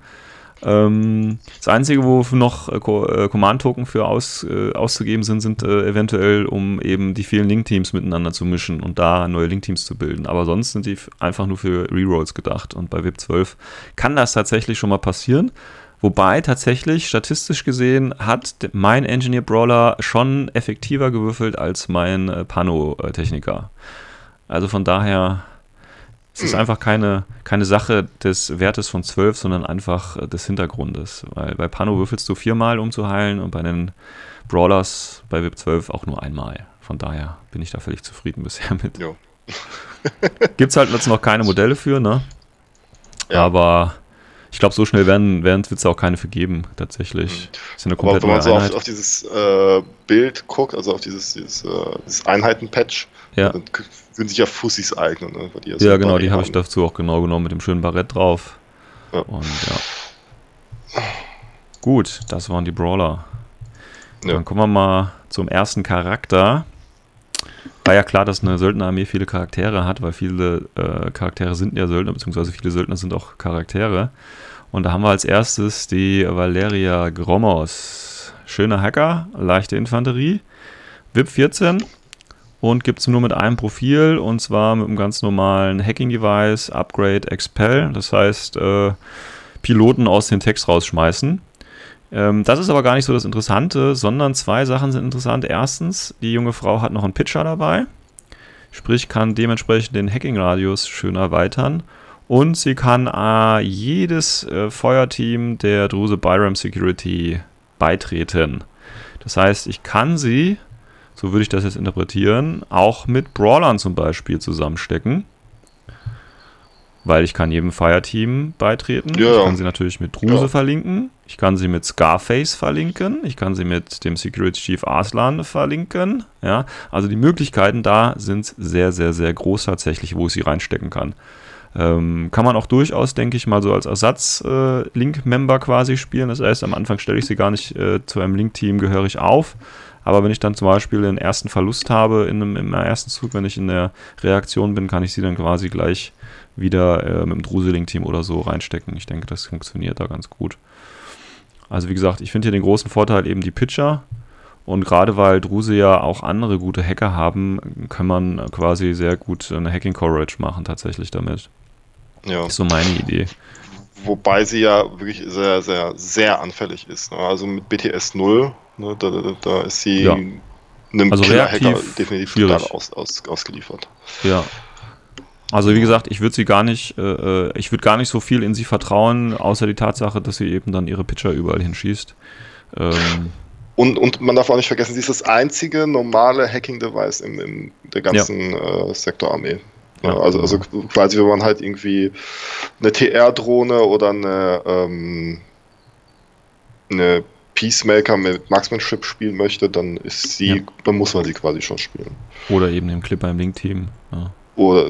Ähm, das Einzige, wo noch äh, Co- äh, Command-Token für aus, äh, auszugeben sind, sind äh, eventuell, um eben die vielen Link-Teams miteinander zu mischen und da neue Link-Teams zu bilden. Aber sonst sind die f- einfach nur für Rerolls gedacht. Und bei V I P zwölf kann das tatsächlich schon mal passieren. Wobei tatsächlich, statistisch gesehen, hat d- mein Engineer-Brawler schon effektiver gewürfelt als mein äh, Pano-Techniker. Also von daher, es ist einfach keine, keine Sache des Wertes von zwölf, sondern einfach äh, des Hintergrundes. Weil bei Pano würfelst du viermal, um zu heilen, und bei den Brawlers bei V I P zwölf auch nur einmal. Von daher bin ich da völlig zufrieden bisher mit. Jo. Gibt es halt jetzt noch keine Modelle für, ne? Ja. Aber ich glaube, so schnell werden es wird es auch keine für geben, tatsächlich. Das ist eine Aber komplett wenn man neue so auf, Einheit. auf dieses äh, Bild guckt, also auf dieses, dieses, äh, dieses Einheiten-Patch, Ja. dann k- würden sich ja Fussis eignen. Ne? Weil die ja, so Ja, ein genau, Body die habe ich haben. dazu auch genau genommen mit dem schönen Barett drauf. Ja. Und ja. Gut, das waren die Brawler. Ja. Dann kommen wir mal zum ersten Charakter. War ja klar, dass eine Söldnerarmee viele Charaktere hat, weil viele äh, Charaktere sind ja Söldner, beziehungsweise viele Söldner sind auch Charaktere. Und da haben wir als erstes die Valeria Gromos. Schöner Hacker, leichte Infanterie, V I P vierzehn und gibt es nur mit einem Profil, und zwar mit einem ganz normalen Hacking-Device, Upgrade, Expel. Das heißt, äh, Piloten aus dem Text rausschmeißen. Ähm, das ist aber gar nicht so das Interessante, sondern zwei Sachen sind interessant. Erstens, die junge Frau hat noch einen Pitcher dabei, sprich kann dementsprechend den Hacking-Radius schön erweitern. Und sie kann äh, jedes äh, Feuerteam der Druse Byram Security beitreten. Das heißt, ich kann sie, so würde ich das jetzt interpretieren, auch mit Brawlern zum Beispiel zusammenstecken. Weil ich kann jedem Fireteam beitreten. Ja. Ich kann sie natürlich mit Druse Ja. verlinken. Ich kann sie mit Scarface verlinken. Ich kann sie mit dem Security Chief Arslan verlinken. Ja, also die Möglichkeiten da sind sehr, sehr, sehr groß tatsächlich, wo ich sie reinstecken kann. Ähm, kann man auch durchaus, denke ich mal, so als Ersatz-Link-Member quasi spielen. Das heißt, am Anfang stelle ich sie gar nicht äh, zu einem Link-Team gehörig auf. Aber wenn ich dann zum Beispiel den ersten Verlust habe in einem, im ersten Zug, wenn ich in der Reaktion bin, kann ich sie dann quasi gleich wieder äh, mit dem Druseling-Team oder so reinstecken. Ich denke, das funktioniert da ganz gut. Also wie gesagt, ich finde hier den großen Vorteil eben die Pitcher. Und gerade weil Druse ja auch andere gute Hacker haben, kann man quasi sehr gut eine Hacking-Coverage machen tatsächlich damit. Ja. Ist so meine Idee. Wobei sie ja wirklich sehr, sehr, sehr anfällig ist. Ne? Also mit B T S null, ne, da, da, da ist sie Ja. einem Also Killer-Hacker reaktiv definitiv schwierig. total aus, aus, ausgeliefert. Ja. Also wie gesagt, ich würde sie gar nicht, äh, ich würde gar nicht so viel in sie vertrauen, außer die Tatsache, dass sie eben dann ihre Pitcher überall hinschießt. Ähm, Und, und man darf auch nicht vergessen, sie ist das einzige normale Hacking-Device in, in der ganzen äh, Sektorarmee. Ja, Ja. also, also quasi, wenn man halt irgendwie eine T R-Drohne oder eine, ähm, eine Peacemaker mit Marksmanship spielen möchte, dann ist sie, Ja. dann muss man sie quasi schon spielen. oder eben den Clipper im Link-Team. Ja. Oder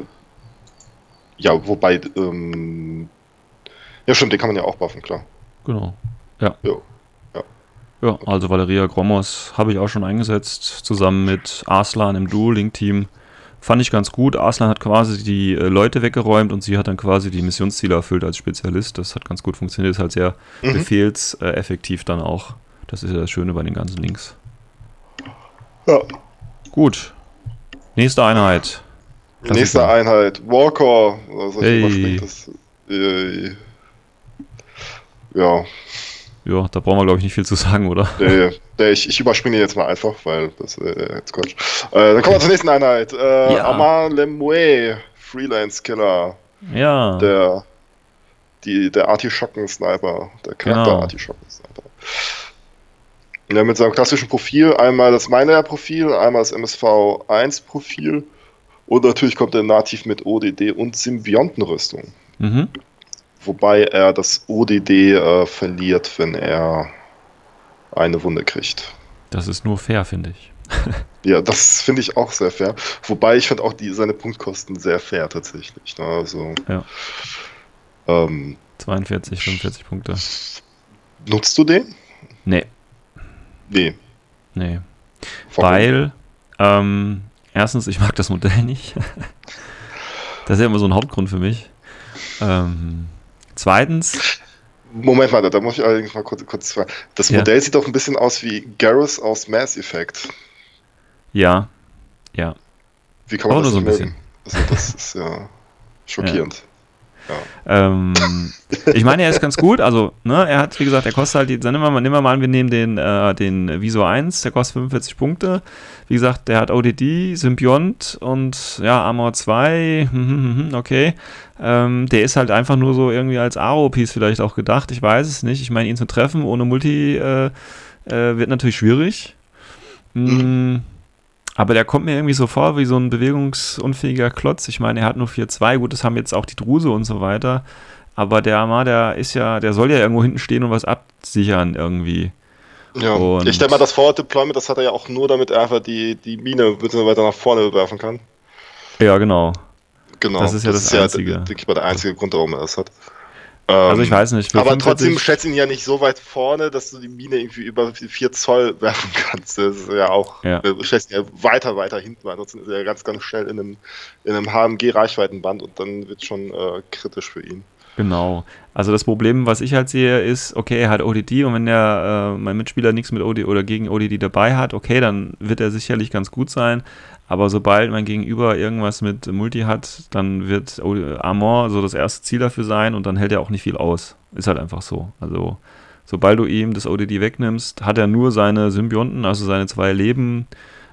ja, wobei, ähm, ja stimmt, den kann man ja auch buffen, klar. Genau. Ja. Jo. Ja, also Valeria Gromos habe ich auch schon eingesetzt, zusammen mit Arslan im Dual-Link-Team. Fand ich ganz gut. Arslan hat quasi die äh, Leute weggeräumt und sie hat dann quasi die Missionsziele erfüllt als Spezialist. Das hat ganz gut funktioniert. Ist halt sehr Mhm. befehlseffektiv dann auch. Das ist ja das Schöne bei den ganzen Links. Ja. Gut. Nächste Einheit. Die nächste Klassiker. Einheit, Walker. Also ich Hey. überspringe das. Äh, ja, Ja, da brauchen wir, glaube ich, nicht viel zu sagen, oder? der, der, ich, ich überspringe jetzt mal einfach, weil das äh, jetzt Quatsch. Äh, dann kommen wir zur nächsten Einheit. Äh, Ja. Amar Lemue, Freelance Killer. Ja. Der, die, der Artischocken-Sniper. Der Charakter Genau. Artischocken-Sniper. Ja, mit seinem klassischen Profil, einmal das Minelayer-Profil, einmal das M S V eins Profil und natürlich kommt er nativ mit O D D und Symbiontenrüstung. Mhm. Wobei er das O D D äh, verliert, wenn er eine Wunde kriegt. Das ist nur fair, finde ich. Ja, das finde ich auch sehr fair. Wobei ich finde auch die, seine Punktkosten sehr fair tatsächlich. Ne? Also, ja. ähm, zweiundvierzig, fünfundvierzig Punkte. Nutzt du den? Nee. Nee. Nee. Warum? Weil, ähm, erstens, ich mag das Modell nicht. Das ist ja immer so ein Hauptgrund für mich. Ähm, zweitens... Moment mal, da muss ich allerdings mal kurz, kurz fragen. Das Ja. Modell sieht doch ein bisschen aus wie Garrus aus Mass Effect. Ja. Ja. Wie kann man Aber das nur so nicht ein mögen? Also das ist ja schockierend. Ähm, ich meine, er ist ganz gut. Also, ne, er hat, wie gesagt, er kostet halt, die, dann nehmen wir mal, nehmen wir mal an, wir nehmen den, äh, den Visor eins, der kostet fünfundvierzig Punkte. Wie gesagt, der hat O D D, Symbiont und ja, Armor zwei, okay. Ähm, der ist halt einfach nur so irgendwie als A O-Piece vielleicht auch gedacht. Ich weiß es nicht. Ich meine, ihn zu treffen ohne Multi äh, äh, wird natürlich schwierig. Mhm. Aber der kommt mir irgendwie so vor wie so ein bewegungsunfähiger Klotz. Ich meine, er hat nur vier zwei. Gut, das haben jetzt auch die Druse und so weiter. Aber der Amar, der ist ja, der soll ja irgendwo hinten stehen und was absichern irgendwie. Ja, Und ich denke mal, das Forward Deployment, das hat er ja auch nur, damit er einfach die, die Mine bitte weiter nach vorne werfen kann. Ja, genau. Genau. Das ist ja das, das Einzige. Ja, denke ich mal, der einzige Grund, warum er das hat. Also ich weiß nicht. Aber trotzdem schätze ihn ja nicht so weit vorne, dass du die Mine irgendwie über vier Zoll werfen kannst. Das ist ja auch, ja. Du schätzt ihn ja weiter, weiter hinten, ansonsten ist er ja ganz, ganz schnell in einem, in einem H M G-Reichweitenband und dann wird es schon äh, kritisch für ihn. Genau. Also das Problem, was ich halt sehe, ist, okay, er hat O D D und wenn der äh, mein Mitspieler nichts mit O D D oder gegen O D D dabei hat, okay, dann wird er sicherlich ganz gut sein. Aber sobald mein Gegenüber irgendwas mit Multi hat, dann wird Armor so das erste Ziel dafür sein und dann hält er auch nicht viel aus. Ist halt einfach so. Also sobald du ihm das O D D wegnimmst, hat er nur seine Symbionten, also seine zwei Leben,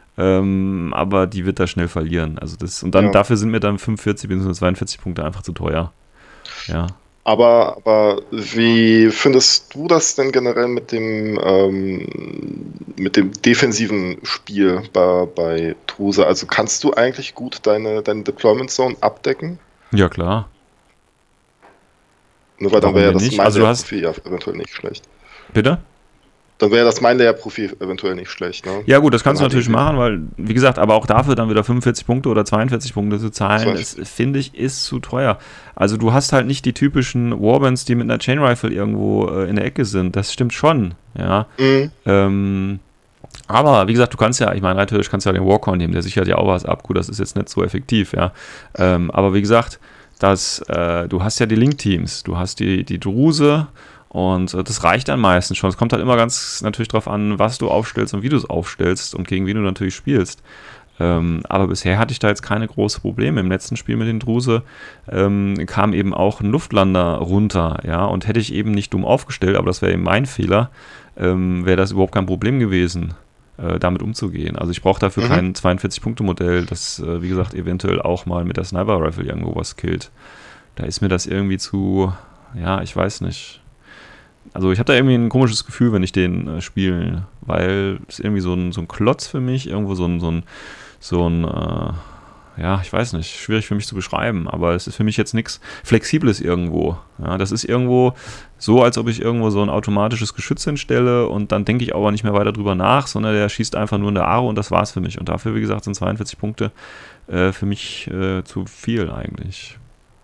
ähm, aber die wird er schnell verlieren. Also das, und dann ja. dafür sind mir dann fünfundvierzig bzw. zweiundvierzig Punkte einfach zu teuer. Ja. Aber, aber wie findest du das denn generell mit dem ähm, mit dem defensiven Spiel bei, bei Druse? Also kannst du eigentlich gut deine, deine Deployment Zone abdecken? Ja, klar. Nur weil dann wäre ja das Minelayer-Profil also ja eventuell nicht schlecht. Bitte? Dann wäre das Minelayer-Profil eventuell nicht schlecht, ne? Ja gut, das kannst dann du natürlich machen, weil, wie gesagt, aber auch dafür dann wieder fünfundvierzig Punkte oder zweiundvierzig Punkte zu zahlen, das finde ich, ist zu teuer. Also du hast halt nicht die typischen Warbands, die mit einer Chain Rifle irgendwo äh, in der Ecke sind. Das stimmt schon, ja. Mhm. Ähm, aber wie gesagt, du kannst ja, ich meine, rein theoretisch kannst du ja den Warcore nehmen, der sichert ja auch was ab. Gut, das ist jetzt nicht so effektiv, ja. Ähm, aber wie gesagt, das, äh, du hast ja die Link-Teams, du hast die, die Druse. Und das reicht dann meistens schon. Es kommt halt immer ganz natürlich drauf an, was du aufstellst und wie du es aufstellst und gegen wen du natürlich spielst. Ähm, aber bisher hatte ich da jetzt keine großen Probleme. Im letzten Spiel mit den Druse ähm, kam eben auch ein Luftlander runter. Ja? Und hätte ich eben nicht dumm aufgestellt, aber das wäre eben mein Fehler, ähm, wäre das überhaupt kein Problem gewesen, äh, damit umzugehen. Also ich brauche dafür mhm. kein zweiundvierzig-Punkte-Modell, das, äh, wie gesagt, eventuell auch mal mit der Sniper-Rifle irgendwo was killt. Da ist mir das irgendwie zu, ja, ich weiß nicht. Also ich habe da irgendwie ein komisches Gefühl, wenn ich den äh, spiele, weil es irgendwie so ein, so ein Klotz für mich, irgendwo so ein, so ein, so ein äh, ja, ich weiß nicht, schwierig für mich zu beschreiben, aber es ist für mich jetzt nichts Flexibles irgendwo. Ja, das ist irgendwo so, als ob ich irgendwo so ein automatisches Geschütz hinstelle und dann denke ich aber nicht mehr weiter drüber nach, sondern der schießt einfach nur in der Aro und das war's für mich. Und dafür, wie gesagt, sind zweiundvierzig Punkte äh, für mich äh, zu viel eigentlich.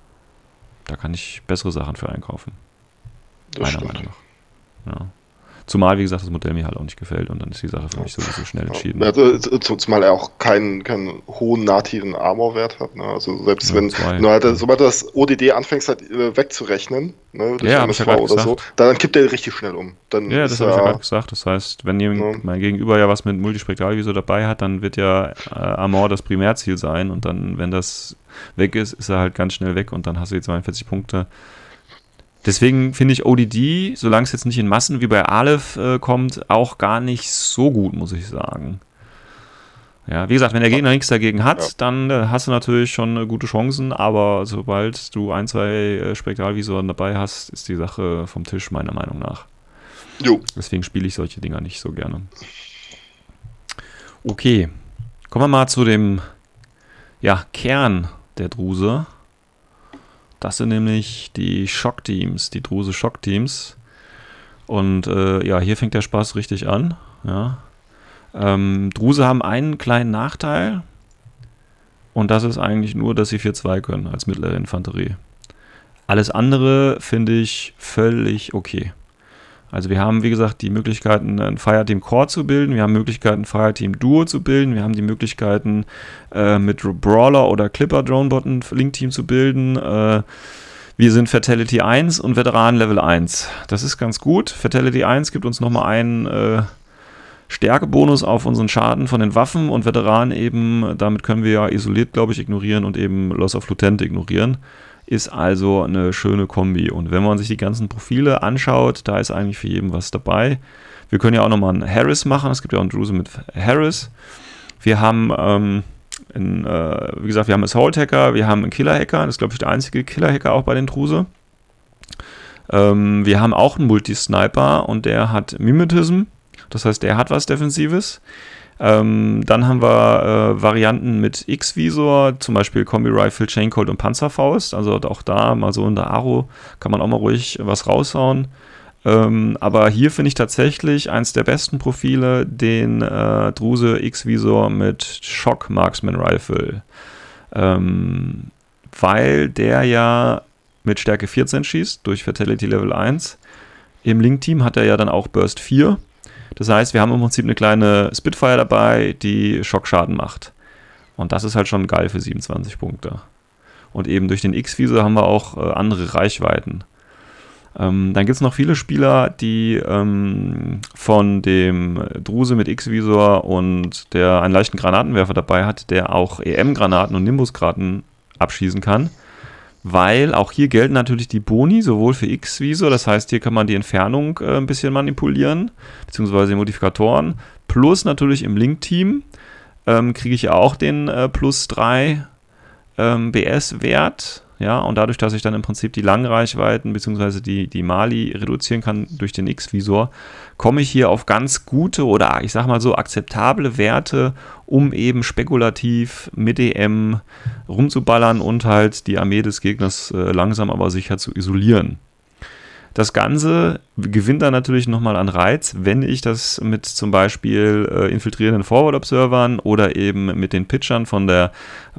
Da kann ich bessere Sachen für einkaufen. Das meiner Meinung nach. Ja. Zumal, wie gesagt, das Modell mir halt auch nicht gefällt und dann ist die Sache für mich sowieso schnell entschieden. Ja, zumal er auch keinen, keinen hohen nativen Armor-Wert hat. Ne? Also selbst ja, wenn nur halt, sobald du das O D D anfängst halt wegzurechnen, ne, durch ja, M S V oder so, dann kippt der richtig schnell um. Dann ja, das habe ich ja gerade gesagt. Das heißt, wenn jemand, ja. mein Gegenüber ja was mit Multispektralvisor dabei hat, dann wird ja äh, Armor das Primärziel sein und dann, wenn das weg ist, ist er halt ganz schnell weg und dann hast du die zweiundvierzig Punkte. Deswegen finde ich O D D, solange es jetzt nicht in Massen wie bei Aleph äh, kommt, auch gar nicht so gut, muss ich sagen. Ja, wie gesagt, wenn der Gegner nichts dagegen hat, ja. dann äh, hast du natürlich schon äh, gute Chancen, aber sobald du ein, zwei äh, Spektralvisoren dabei hast, ist die Sache vom Tisch, meiner Meinung nach. Jo. Deswegen spiele ich solche Dinger nicht so gerne. Okay, kommen wir mal zu dem ja, Kern der Druse. Das sind nämlich die Shock-Teams, die Druse-Shock-Teams. Und äh, ja, hier fängt der Spaß richtig an. Ja. Ähm, Druse haben einen kleinen Nachteil. Und das ist eigentlich nur, dass sie vier zwei können als mittlere Infanterie. Alles andere finde ich völlig okay. Also wir haben, wie gesagt, die Möglichkeiten, ein Fireteam Core zu bilden. Wir haben Möglichkeiten, ein Fireteam Duo zu bilden. Wir haben die Möglichkeiten, äh, mit Brawler oder Clipper Dronebot ein Link-Team zu bilden. Äh, wir sind Fatality eins und Veteran Level eins. Das ist ganz gut. Fatality eins gibt uns nochmal einen äh, Stärkebonus auf unseren Schaden von den Waffen und Veteran eben, damit können wir ja isoliert, glaube ich, ignorieren und eben Loss of Lieutenant ignorieren. Ist also eine schöne Kombi. Und wenn man sich die ganzen Profile anschaut, da ist eigentlich für jeden was dabei. Wir können ja auch nochmal einen Harris machen. Es gibt ja auch einen Druse mit Harris. Wir haben, ähm, einen, äh, wie gesagt, wir haben einen Assault-Hacker, wir haben einen Killer-Hacker. Das ist, glaube ich, der einzige Killer-Hacker auch bei den Druse. Ähm, wir haben auch einen Multi-Sniper und der hat Mimetism. Das heißt, der hat was Defensives. Ähm, dann haben wir äh, Varianten mit X-Visor, zum Beispiel Kombi-Rifle, Chaincolt und Panzerfaust. Also auch da mal so in der Aro kann man auch mal ruhig was raushauen. Ähm, aber hier finde ich tatsächlich eins der besten Profile den äh, Druse X-Visor mit Shock Marksman Rifle. Ähm, weil der ja mit Stärke vierzehn schießt durch Fatality Level eins. Im Link-Team hat er ja dann auch Burst vier. Das heißt, wir haben im Prinzip eine kleine Spitfire dabei, die Schockschaden macht. Und das ist halt schon geil für siebenundzwanzig Punkte. Und eben durch den X-Visor haben wir auch äh, andere Reichweiten. Ähm, dann gibt es noch viele Spieler, die ähm, von dem Druse mit X-Visor und der einen leichten Granatenwerfer dabei hat, der auch E M-Granaten und Nimbus-Granaten abschießen kann. Weil auch hier gelten natürlich die Boni, sowohl für X-Visor, das heißt, hier kann man die Entfernung äh, ein bisschen manipulieren, beziehungsweise die Modifikatoren, plus natürlich im Link-Team ähm, kriege ich auch den äh, plus drei ähm, B S-Wert, ja, und dadurch, dass ich dann im Prinzip die Langreichweiten, beziehungsweise die, die Mali reduzieren kann durch den X-Visor, komme ich hier auf ganz gute oder ich sag mal so akzeptable Werte, um eben spekulativ mit E M rumzuballern und halt die Armee des Gegners äh, langsam aber sicher zu isolieren. Das Ganze gewinnt dann natürlich nochmal an Reiz, wenn ich das mit zum Beispiel äh, infiltrierenden Forward-Observern oder eben mit den Pitchern von der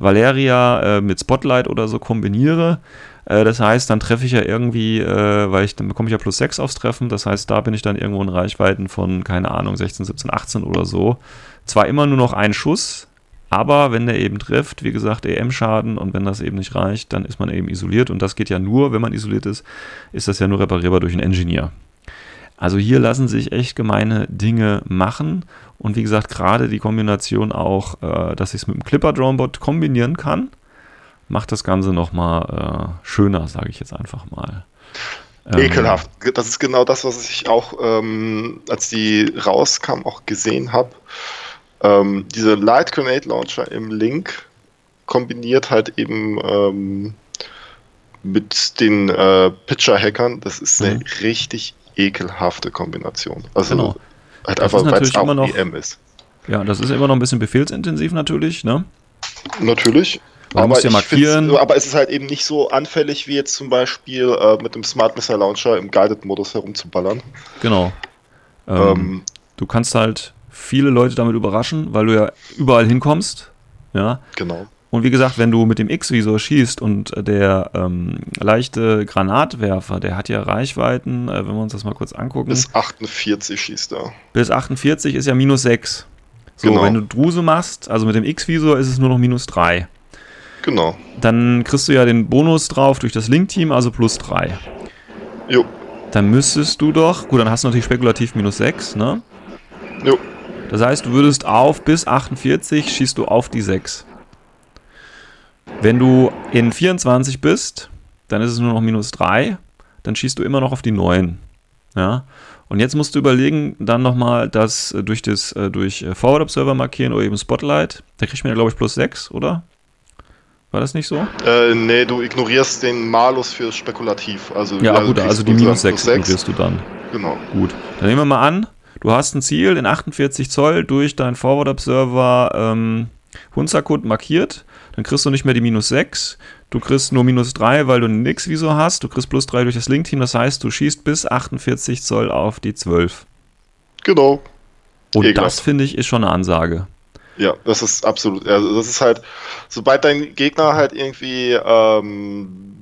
Valeria äh, mit Spotlight oder so kombiniere. Äh, das heißt, dann treffe ich ja irgendwie, äh, weil ich dann bekomme ich ja plus sechs aufs Treffen, das heißt, da bin ich dann irgendwo in Reichweiten von, keine Ahnung, sechzehn, siebzehn, achtzehn oder so. Zwar immer nur noch ein Schuss, aber wenn der eben trifft, wie gesagt, E M-Schaden, und wenn das eben nicht reicht, dann ist man eben isoliert, und das geht ja nur, wenn man isoliert ist, ist das ja nur reparierbar durch einen Engineer. Also hier lassen sich echt gemeine Dinge machen, und wie gesagt, gerade die Kombination auch, äh, dass ich es mit dem Clipper-Dronebot kombinieren kann, macht das Ganze nochmal äh, schöner, sage ich jetzt einfach mal. Ähm, Ekelhaft. Das ist genau das, was ich auch, ähm, als die rauskam, auch gesehen habe. Ähm, diese Light Grenade Launcher im Link kombiniert halt eben ähm, mit den äh, Pitcher-Hackern. Das ist eine mhm. richtig ekelhafte Kombination. Also genau. halt einfach, weil es auch E M ist. Ja, das ist immer noch ein bisschen befehlsintensiv natürlich, ne? Natürlich. Man aber, muss ja markieren. aber es ist halt eben nicht so anfällig wie jetzt zum Beispiel äh, mit dem Smart Missile Launcher im Guided-Modus herumzuballern. Genau. Ähm, ähm, du kannst halt viele Leute damit überraschen, weil du ja überall hinkommst. Ja. Genau. Und wie gesagt, wenn du mit dem X-Visor schießt und der ähm, leichte Granatwerfer, der hat ja Reichweiten, äh, wenn wir uns das mal kurz angucken. Bis achtundvierzig schießt er. Bis achtundvierzig ist ja minus sechs. So, genau. Wenn du Druse machst, also mit dem X-Visor ist es nur noch minus drei. Genau. Dann kriegst du ja den Bonus drauf durch das Link-Team, also plus drei. Jo. Dann müsstest du doch, gut, dann hast du natürlich spekulativ minus sechs, ne? Jo. Das heißt, du würdest auf bis achtundvierzig schießt du auf die sechs. Wenn du in vierundzwanzig bist, dann ist es nur noch minus drei, dann schießt du immer noch auf die neun. Ja? Und jetzt musst du überlegen, dann nochmal das durch das durch Forward Observer markieren oder eben Spotlight. Da kriegt man ja, glaube ich, plus sechs, oder? War das nicht so? Äh, nee, du ignorierst den Malus für spekulativ. Also, ja, gut, also die minus sechs ignorierst du dann. Genau. Gut. Dann nehmen wir mal an, du hast ein Ziel in achtundvierzig Zoll durch deinen Forward Observer ähm, Hunzerkut markiert, dann kriegst du nicht mehr die minus sechs, du kriegst nur minus drei, weil du einen Nix-Visor hast, du kriegst plus drei durch das Link-Team, das heißt, du schießt bis achtundvierzig Zoll auf die zwölf. Genau. Und Ekelhaft. Das, finde ich, ist schon eine Ansage. Ja, das ist absolut, also das ist halt, sobald dein Gegner halt irgendwie ähm,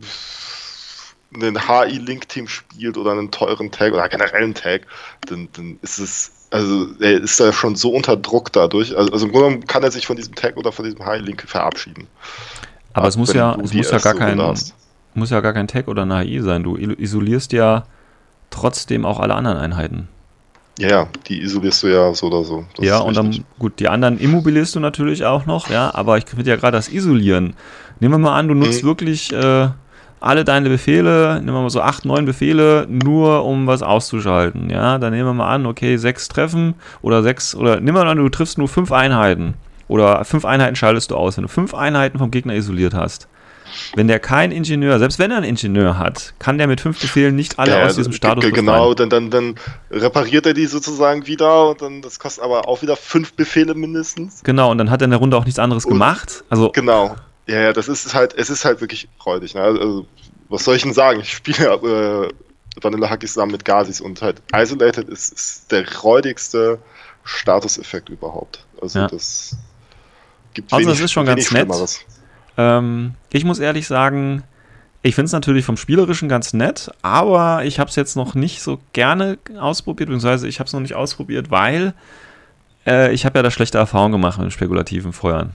einen H I-Link-Team spielt oder einen teuren Tag oder generell einen Tag, dann, dann ist es, also er ist da schon so unter Druck dadurch, also, also im Grunde genommen kann er sich von diesem Tag oder von diesem H I-Link verabschieden. Aber es muss Wenn ja, du es die muss ja gar erste kein, Runde hast. muss ja gar kein Tag oder ein H I sein, du isolierst ja trotzdem auch alle anderen Einheiten. Ja, ja, die isolierst du ja so oder so. Das Ja, ist und dann, richtig. gut, die anderen immobilierst du natürlich auch noch, ja, aber ich finde ja gerade das Isolieren. Nehmen wir mal an, du nutzt Mhm. wirklich äh, alle deine Befehle, nehmen wir mal so acht, neun Befehle, nur um was auszuschalten, ja, dann nehmen wir mal an, okay, sechs Treffen oder sechs, oder nehmen wir mal an, du triffst nur fünf Einheiten oder fünf Einheiten schaltest du aus, wenn du fünf Einheiten vom Gegner isoliert hast. Wenn der kein Ingenieur, selbst wenn er einen Ingenieur hat, kann der mit fünf Befehlen nicht alle Ja, aus diesem g- Status g- befreien. Genau, dann, dann, dann repariert er die sozusagen wieder und dann das kostet aber auch wieder fünf Befehle mindestens. Genau, und dann hat er in der Runde auch nichts anderes Und- gemacht. Also, Genau. Ja, ja, das ist halt, es ist halt wirklich freudig. Ne? Also, was soll ich denn sagen? Ich spiele äh, Vanilla Haki zusammen mit Gazis und halt Isolated ist, ist der räudigste Statuseffekt überhaupt. Also Ja. das gibt Also, wenig, das ist schon wenig ganz nett. Schlimmeres. ähm, ich muss ehrlich sagen, ich finde es natürlich vom Spielerischen ganz nett, aber ich habe es jetzt noch nicht so gerne ausprobiert, beziehungsweise ich habe es noch nicht ausprobiert, weil äh, ich habe ja da schlechte Erfahrungen gemacht mit dem spekulativen Feuern.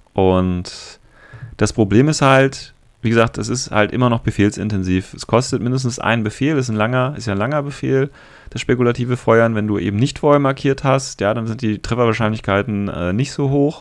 Und das Problem ist halt, wie gesagt, es ist halt immer noch befehlsintensiv. Es kostet mindestens einen Befehl, ist ein langer, ist ja ein langer Befehl, das spekulative Feuern. Wenn du eben nicht vorher markiert hast, ja, dann sind die Trefferwahrscheinlichkeiten äh, nicht so hoch.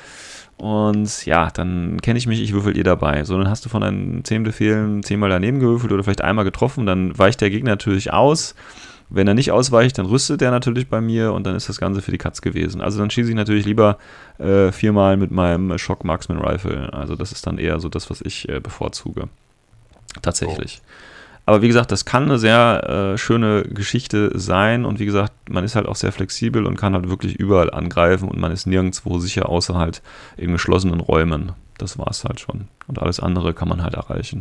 Und ja, dann kenne ich mich, ich würfel eh dabei. So, dann hast du von deinen zehn Befehlen zehnmal daneben gewürfelt oder vielleicht einmal getroffen, dann weicht der Gegner natürlich aus. Wenn er nicht ausweicht, dann rüstet er natürlich bei mir und dann ist das Ganze für die Katz gewesen. Also dann schieße ich natürlich lieber äh, viermal mit meinem Shock Marksman Rifle. Also das ist dann eher so das, was ich äh, bevorzuge. Tatsächlich. Aber wie gesagt, das kann eine sehr äh, schöne Geschichte sein und wie gesagt, man ist halt auch sehr flexibel und kann halt wirklich überall angreifen und man ist nirgendwo sicher, außer halt in geschlossenen Räumen. Das war es halt schon. Und alles andere kann man halt erreichen.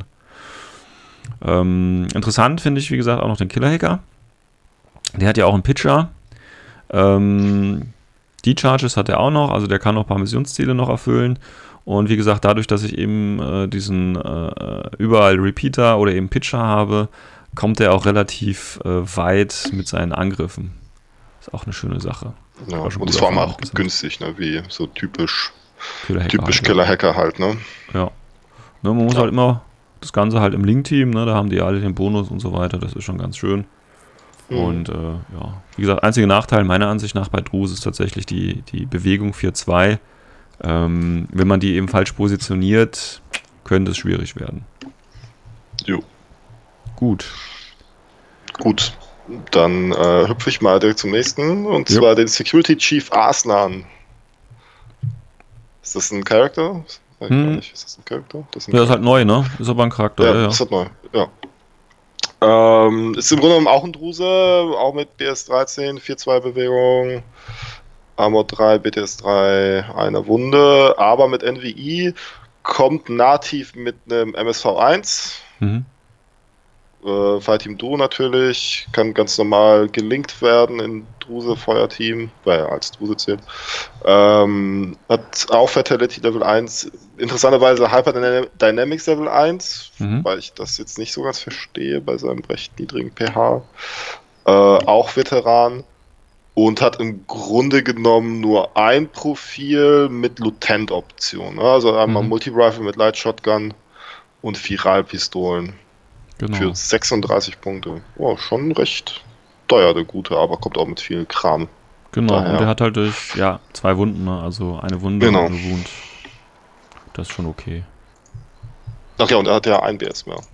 Ähm, interessant finde ich, wie gesagt, auch noch den Killer-Hacker. Der hat ja auch einen Pitcher. Ähm, die Charges hat er auch noch, also der kann noch ein paar Missionsziele noch erfüllen. Und wie gesagt, dadurch, dass ich eben äh, diesen äh, überall Repeater oder eben Pitcher habe, kommt er auch relativ äh, weit mit seinen Angriffen. Ist auch eine schöne Sache. Ja, War schon und gut es war mal auch aufgenommen. günstig, ne? Wie so typisch, Killer-Hacker typisch halt, Killer-Hacker halt, ne? Ja. Ne, man muss Ja. halt immer das Ganze halt im Link-Team, ne, da haben die alle den Bonus und so weiter, das ist schon ganz schön. Mhm. Und äh, ja, wie gesagt, einziger Nachteil meiner Ansicht nach bei Drus ist tatsächlich die, die Bewegung vier zwei. Ähm, wenn man die eben falsch positioniert, könnte es schwierig werden. Jo. Gut. Gut, dann äh, hüpfe ich mal direkt zum nächsten und Jo. zwar den Security Chief Arslan. Ist das ein Charakter? Weiß ich Hm. gar nicht. Ist das ein Charakter? Das ist ein Ja, das ist halt neu, ne? Ist aber ein Charakter, Ja, ja, ja. das ist neu, ja. Ähm, ist im Grunde genommen auch ein Druse, auch mit B S dreizehn, vier zwei Bewegung, Armor drei, B T S drei, eine Wunde, aber mit N V I, kommt nativ mit einem M S V eins, Mhm. äh, Fireteam Duo natürlich, kann ganz normal gelinkt werden in Druse Feuerteam, weil er als Druse zählt. Ähm, hat auch Fatality Level eins, interessanterweise Hyper Dynamics Level eins, Mhm. weil ich das jetzt nicht so ganz verstehe bei seinem recht niedrigen pH. Äh, auch Veteran und hat im Grunde genommen nur ein Profil mit Lutent-Option. Also einmal Mhm. Multi-Rifle mit Light Shotgun und Viralpistolen Genau. für sechsunddreißig Punkte. Wow, schon recht teuer, der gute, aber kommt auch mit viel Kram. Genau, daher. und der hat halt durch, ja, zwei Wunden, ne? Also eine Wunde Genau. und eine Wund. Das ist schon okay. Ach ja, und er hat ja ein B S mehr.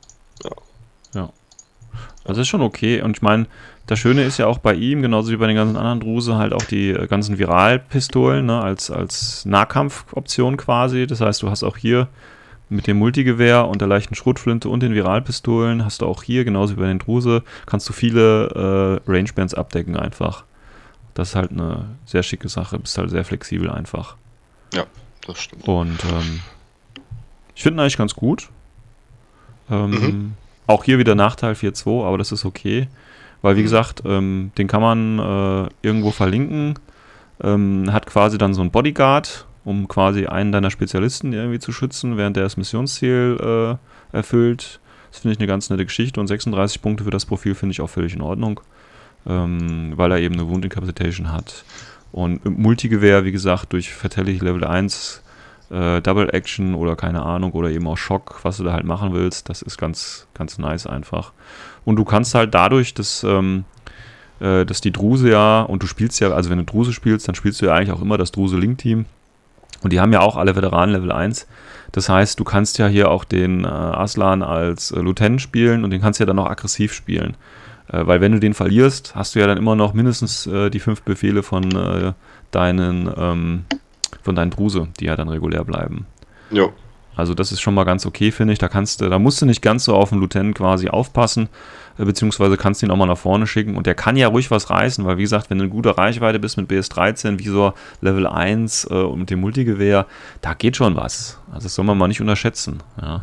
Also ist schon okay. Und ich meine, das Schöne ist ja auch bei ihm, genauso wie bei den ganzen anderen Druse, halt auch die äh, ganzen Viralpistolen, ne, als, als Nahkampfoption quasi. Das heißt, du hast auch hier mit dem Multigewehr und der leichten Schrotflinte und den Viralpistolen hast du auch hier, genauso wie bei den Druse, kannst du viele äh, Rangebands abdecken einfach. Das ist halt eine sehr schicke Sache, bist halt sehr flexibel einfach. Ja, das stimmt. Und ähm, ich finde ihn eigentlich ganz gut. Ähm, Mhm. Auch hier wieder Nachteil vier Punkt zwei, aber das ist okay. Weil wie gesagt, ähm, den kann man äh, irgendwo verlinken. Ähm, hat quasi dann so einen Bodyguard, um quasi einen deiner Spezialisten irgendwie zu schützen, während der das Missionsziel äh, erfüllt. Das finde ich eine ganz nette Geschichte und sechsunddreißig Punkte für das Profil finde ich auch völlig in Ordnung, ähm, weil er eben eine Wound Incapacitation hat. Und im Multigewehr, wie gesagt, durch Fatality Level eins, äh, Double Action oder keine Ahnung, oder eben auch Schock, was du da halt machen willst, das ist ganz, ganz nice einfach. Und du kannst halt dadurch, dass, ähm, äh, dass die Druse ja, und du spielst ja, also wenn du Druse spielst, dann spielst du ja eigentlich auch immer das Druse-Link-Team. Und die haben ja auch alle Veteranen Level eins. Das heißt, du kannst ja hier auch den äh, Aslan als äh, Lieutenant spielen und den kannst du ja dann auch aggressiv spielen. Äh, weil wenn du den verlierst, hast du ja dann immer noch mindestens äh, die fünf Befehle von äh, deinen ähm, von deinen Druse, die ja dann regulär bleiben. Jo. Also das ist schon mal ganz okay, finde ich. Da kannst du, da musst du nicht ganz so auf den Lieutenant quasi aufpassen, äh, beziehungsweise kannst du ihn auch mal nach vorne schicken. Und der kann ja ruhig was reißen, weil wie gesagt, wenn du in guter Reichweite bist mit B S dreizehn, Visor Level eins äh, und mit dem Multigewehr, da geht schon was. Also das soll man mal nicht unterschätzen. Ja.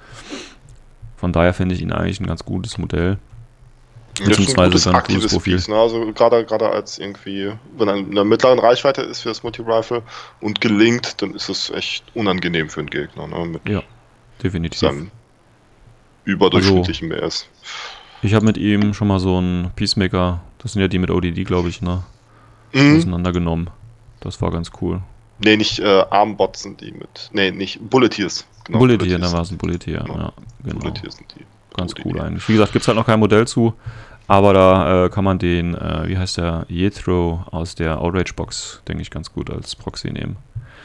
Von daher finde ich ihn eigentlich ein ganz gutes Modell. Ja, das ist ein Beziehungsweise gutes ein aktives gutes Profil. Piece, ne? Also gerade gerade als irgendwie, wenn er in einer mittleren Reichweite ist für das Multi-Rifle und gelingt, dann ist es echt unangenehm für den Gegner, ne? Mit Ja, definitiv. seinem überdurchschnittlichen B S. Ich habe mit ihm schon mal so einen Peacemaker, das sind ja die mit O D D, glaube ich, ne? Mhm. Auseinandergenommen. Das war ganz cool. Nee, nicht äh, Armbots sind die mit. Nee, nicht Bulleteers. Genau, Bulleteer, da war es ein Bulleteer. Genau. Ja, genau. Bulleteers sind die. Ganz O D D. cool eigentlich. Wie gesagt, gibt es halt noch kein Modell zu, aber da äh, kann man den, äh, wie heißt der, Jethro aus der Outrage-Box, denke ich, ganz gut als Proxy nehmen.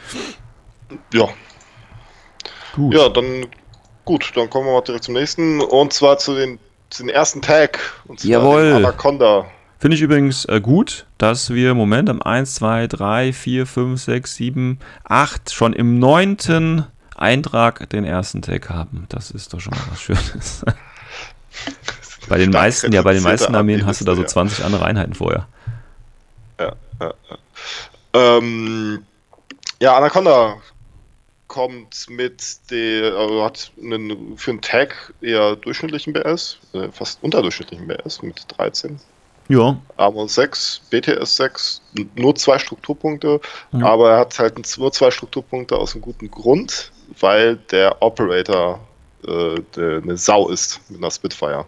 Ja. Gut. Ja, dann gut, dann kommen wir mal direkt zum nächsten. Und zwar zu den, zu den ersten Tag. Und zwar Jawohl. den Anaconda. Finde ich übrigens äh, gut, dass wir im Moment am eins, zwei, drei, vier, fünf, sechs, sieben, acht schon im neunten Eintrag den ersten Tag haben. Das ist doch schon mal was Schönes. Bei den meisten, ja, bei den meisten Armeen hast du da so zwanzig andere Einheiten vorher. Ja, ja, ja. Ähm, ja, Anaconda kommt mit der, also hat einen, für einen Tag eher durchschnittlichen B S, äh, fast unterdurchschnittlichen B S mit dreizehn. Ja. Armor sechs, B T S sechs, nur zwei Strukturpunkte, Ja. aber er hat halt nur zwei Strukturpunkte aus einem guten Grund, weil der Operator äh, der eine Sau ist mit einer Spitfire.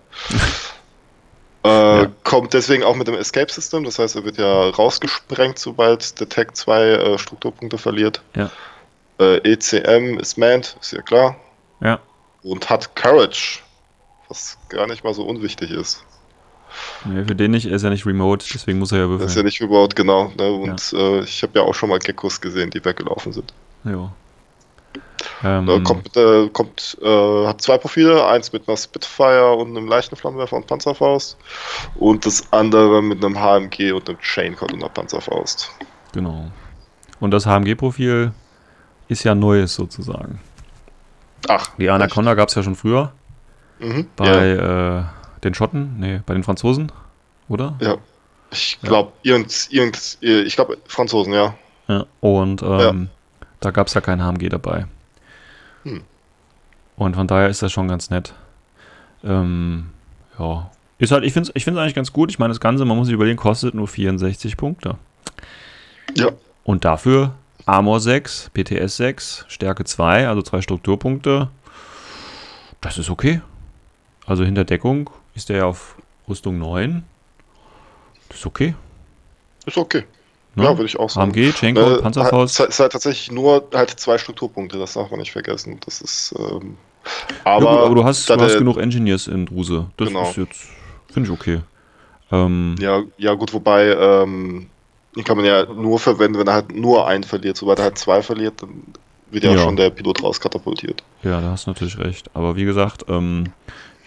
äh, Ja. Kommt deswegen auch mit dem Escape System, das heißt, er wird ja rausgesprengt, sobald der Tag zwei äh, Strukturpunkte verliert. Ja. Äh, E C M ist manned, ist ja klar. Ja. Und hat Courage, was gar nicht mal so unwichtig ist. Nee, für den nicht, er ist ja nicht remote, deswegen muss er ja Das ist ja würfeln. nicht remote, genau. Ne? Und äh, ich habe ja auch schon mal Geckos gesehen, die weggelaufen sind. Ja. Ähm, Äh, kommt, äh, kommt äh, hat zwei Profile, eins mit einer Spitfire und einem leichten Flammenwerfer und Panzerfaust und das andere mit einem H M G und einem Chaincord und einer Panzerfaust. Genau. Und das H M G-Profil ist ja neues sozusagen. Ach, Die Anaconda gab es ja schon früher Mhm. bei Ja, äh, den Schotten, nee, bei den Franzosen, oder? ja. Ich glaube, irgend, irgend, ich glaube, Franzosen, ja. Ja. Und ähm, da gab es ja kein H M G dabei. Hm. Und von daher ist das schon ganz nett. Ähm, ja. Ist halt, ich finde es ich find's eigentlich ganz gut. Ich meine, das Ganze, man muss sich überlegen, kostet nur vierundsechzig Punkte. Ja. Und dafür Armor sechs, P T S sechs, Stärke zwei, also zwei Strukturpunkte. Das ist okay. Also hinter Deckung ist der ja auf Rüstung neun. Das ist okay. Ist okay. Ne? Ja, würde ich auch H sagen. M G, Chaincoat, Äh, Panzerfaust. Es ist halt tatsächlich nur halt zwei Strukturpunkte, das darf man nicht vergessen. Das ist, ähm, aber, ja gut, aber du hast, da du hast der- genug Engineers in Druse. Das Genau. ist jetzt, finde ich okay. Ähm, Ja, ja gut, wobei, ähm, den kann man ja nur verwenden, wenn er halt nur einen verliert. Sobald er halt zwei verliert, dann wird ja, Ja. schon der Pilot rauskatapultiert. Ja, da hast du natürlich recht. Aber wie gesagt, ähm,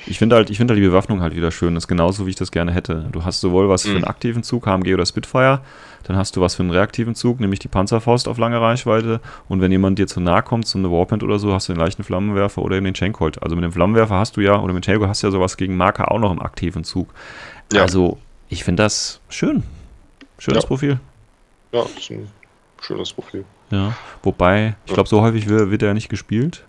Ich finde halt, ich finde halt die Bewaffnung halt wieder schön. Das ist genauso, wie ich das gerne hätte. Du hast sowohl was für einen Mhm. aktiven Zug, H M G oder Spitfire, dann hast du was für einen reaktiven Zug, nämlich die Panzerfaust auf lange Reichweite. Und wenn jemand dir zu nahe kommt, so eine Warpent oder so, hast du den leichten Flammenwerfer oder eben den Chaincolt. Also mit dem Flammenwerfer hast du ja, oder mit Chaincolt hast du ja sowas gegen Marker auch noch im aktiven Zug. Ja. Also, ich finde das schön. Schönes Ja. Profil. Ja, das ist ein schönes Profil. Ja. Wobei, ich glaube, so häufig wird, wird er ja nicht gespielt.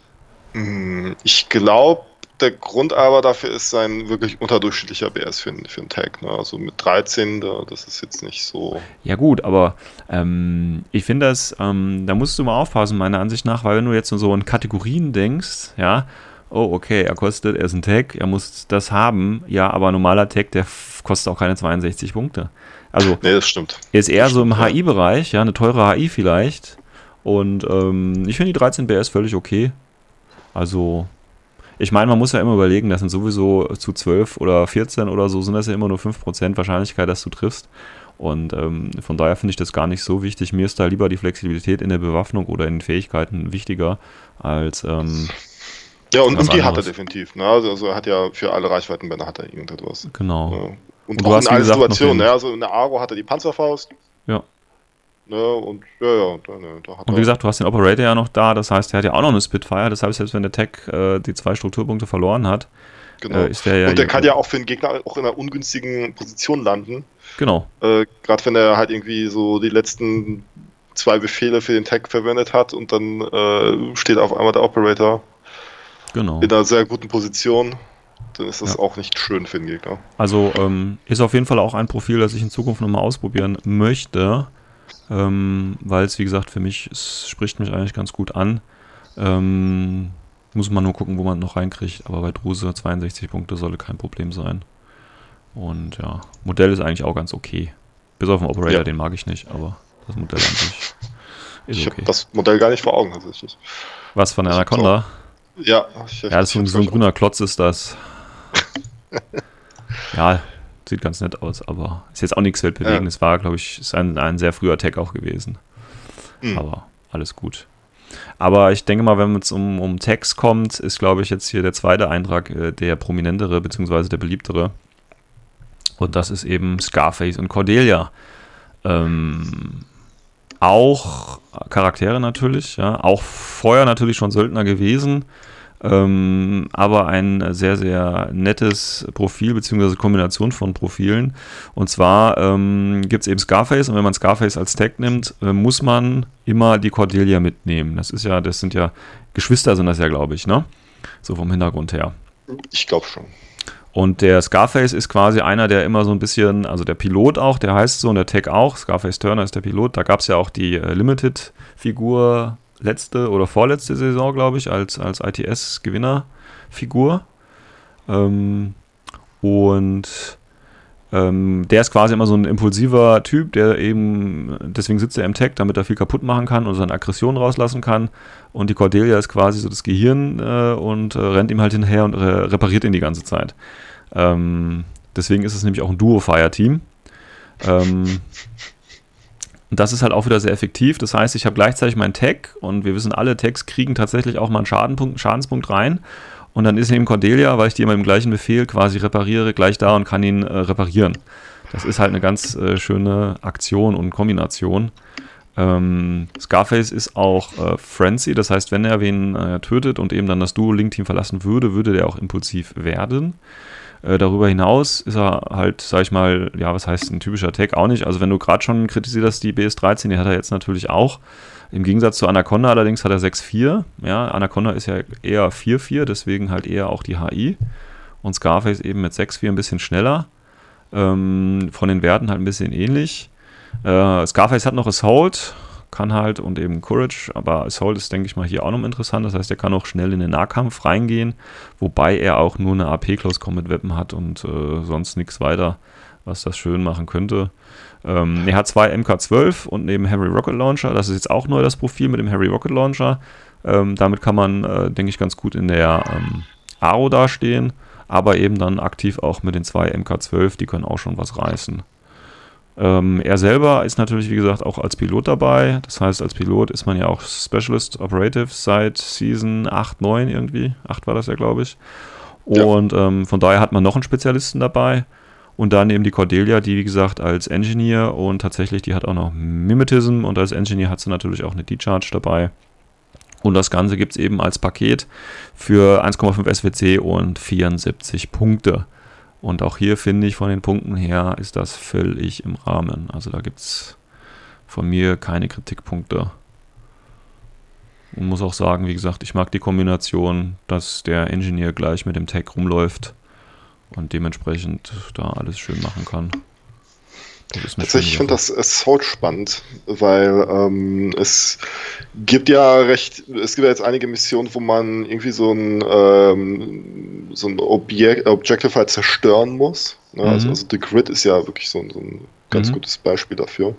Hm, Ich glaube, der Grund aber dafür ist sein wirklich unterdurchschnittlicher B S für, einen- für einen Tag. Ne? Also mit dreizehn, da, das ist jetzt nicht so. Ja gut, aber ähm, ich finde das, ähm, da musst du mal aufpassen, meiner Ansicht nach, weil wenn du jetzt so in Kategorien denkst, ja, oh okay, er kostet, er ist ein Tag, er muss das haben, ja, aber ein normaler Tag, der f- kostet auch keine zweiundsechzig Punkte. Also Nee, das stimmt. er ist eher Das so im stimmt, ja. H I-Bereich, ja, eine teure H I vielleicht. Und ähm, ich finde die dreizehn B S völlig okay. Also, ich meine, man muss ja immer überlegen, das sind sowieso zu zwölf oder vierzehn oder so, sind das ja immer nur fünf Prozent Wahrscheinlichkeit, dass du triffst. Und ähm, von daher finde ich das gar nicht so wichtig. Mir ist da lieber die Flexibilität in der Bewaffnung oder in den Fähigkeiten wichtiger als. Ähm, Ja, und, was und die hat er anderes. definitiv. Ne? Also, also er hat ja für alle Reichweitenbänder hat er irgendetwas. genau. Ja. Und, Und du auch hast, in wie allen gesagt, noch Situationen. den- Ne? Also in der Aro hat er die Panzerfaust. Ja. Ne? Und ja, ja, da, ne, da hat Und er. wie gesagt, du hast den Operator ja noch da, das heißt, er hat ja auch noch eine Spitfire. Deshalb, selbst wenn der Tech äh, die zwei Strukturpunkte verloren hat, genau. äh, ist der ja. Und der hier- kann ja auch für den Gegner auch in einer ungünstigen Position landen. Genau. Äh, Gerade wenn er halt irgendwie so die letzten zwei Befehle für den Tag verwendet hat und dann äh, steht auf einmal der Operator Genau. in einer sehr guten Position, dann ist das Ja. auch nicht schön für den Gegner. Also ähm, ist auf jeden Fall auch ein Profil, das ich in Zukunft nochmal ausprobieren möchte, ähm, weil es, wie gesagt, für mich, es spricht mich eigentlich ganz gut an. Ähm, muss man nur gucken, wo man noch reinkriegt, aber bei Druse zweiundsechzig Punkte sollte kein Problem sein. Und ja, Modell ist eigentlich auch ganz okay. Bis auf den Operator, Ja. den mag ich nicht, aber das Modell an sich Ich ist habe okay. das Modell gar nicht vor Augen tatsächlich. Was von der ich hab's Anaconda? Ja, ich, Ja, das ist so ein, so ein grüner Klotz ist das. Ja, sieht ganz nett aus, aber ist jetzt auch nichts Weltbewegendes. Ja. War, glaube ich, ist ein, ein sehr früher Tag auch gewesen. Hm. Aber alles gut. Aber ich denke mal, wenn es um, um Tags kommt, ist, glaube ich, jetzt hier der zweite Eintrag äh, der prominentere, beziehungsweise der beliebtere. Und das ist eben Scarface und Cordelia. Ähm, auch Charaktere natürlich, ja, auch vorher natürlich schon Söldner gewesen, ähm, aber ein sehr, sehr nettes Profil, beziehungsweise Kombination von Profilen. Und zwar ähm, gibt es eben Scarface, und wenn man Scarface als Tag nimmt, äh, muss man immer die Cordelia mitnehmen. Das ist ja, das sind ja, Geschwister sind das ja, glaube ich, ne? So vom Hintergrund her. Ich glaube schon. Und der Scarface ist quasi einer, der immer so ein bisschen, also der Pilot auch, der heißt so, und der Tag auch, Scarface Turner ist der Pilot. Da gab es ja auch die äh, Limited-Figur letzte oder vorletzte Saison, glaube ich, als, als I T S-Gewinnerfigur. Ähm, und ähm, der ist quasi immer so ein impulsiver Typ, der eben, deswegen sitzt er im Tag, damit er viel kaputt machen kann und seine Aggression rauslassen kann. Und die Cordelia ist quasi so das Gehirn äh, und äh, rennt ihm halt hinterher und re repariert ihn die ganze Zeit. Ähm, deswegen ist es nämlich auch ein Duo-Fire-Team. Ähm, und das ist halt auch wieder sehr effektiv. Das heißt, ich habe gleichzeitig meinen Tag, und wir wissen, alle Tags kriegen tatsächlich auch mal einen Schadenpunkt, Schadenspunkt rein. Und dann ist eben Cordelia, weil ich die immer im gleichen Befehl quasi repariere, gleich da und kann ihn äh, reparieren. Das ist halt eine ganz äh, schöne Aktion und Kombination. Ähm, Scarface ist auch äh, Frenzy, das heißt, wenn er wen äh, tötet und eben dann das Duo-Link-Team verlassen würde, würde der auch impulsiv werden. Äh, darüber hinaus ist er halt, sag ich mal, ja, was heißt ein typischer Tag auch nicht. Also wenn du gerade schon kritisiert hast, die B S dreizehn, die hat er jetzt natürlich auch. Im Gegensatz zu Anaconda allerdings hat er sechs vier. Ja, Anaconda ist ja eher vier vier, deswegen halt eher auch die H I. Und Scarface eben mit sechs vier ein bisschen schneller. Ähm, von den Werten halt ein bisschen ähnlich. Äh, Scarface hat noch Assault, kann halt, und eben Courage, aber Assault ist, denke ich mal, hier auch noch interessant. Das heißt, er kann auch schnell in den Nahkampf reingehen, wobei er auch nur eine A P Close Combat Weapon hat und äh, sonst nichts weiter, was das schön machen könnte. Ähm, er hat zwei M K zwölf und neben Harry Rocket Launcher. Das ist jetzt auch neu, das Profil mit dem Harry Rocket Launcher. Ähm, damit kann man, äh, denke ich, ganz gut in der ähm, Aro dastehen, aber eben dann aktiv auch mit den zwei M K zwölf, die können auch schon was reißen. Ähm, er selber ist natürlich, wie gesagt, auch als Pilot dabei. Das heißt, als Pilot ist man ja auch Specialist Operative seit Season acht, neun irgendwie. acht war das ja, glaube ich. Und ja. ähm, von daher hat man noch einen Spezialisten dabei. Und dann eben die Cordelia, die wie gesagt als Engineer und tatsächlich, die hat auch noch Mimetism und als Engineer hat sie natürlich auch eine D-Charge dabei. Und das Ganze gibt es eben als Paket für eins Komma fünf S W C und vierundsiebzig Punkte. Und auch hier finde ich von den Punkten her ist das völlig im Rahmen. Also da gibt es von mir keine Kritikpunkte. Und muss auch sagen, wie gesagt, ich mag die Kombination, dass der Engineer gleich mit dem Tech rumläuft und dementsprechend da alles schön machen kann. Tatsächlich, ich finde das Assault spannend, weil ähm, es gibt ja recht, es gibt ja jetzt einige Missionen, wo man irgendwie so ein, ähm, so ein Objekt, Objective halt zerstören muss. Ne? Mhm. Also, also The Grid ist ja wirklich so ein, so ein ganz mhm. gutes Beispiel dafür.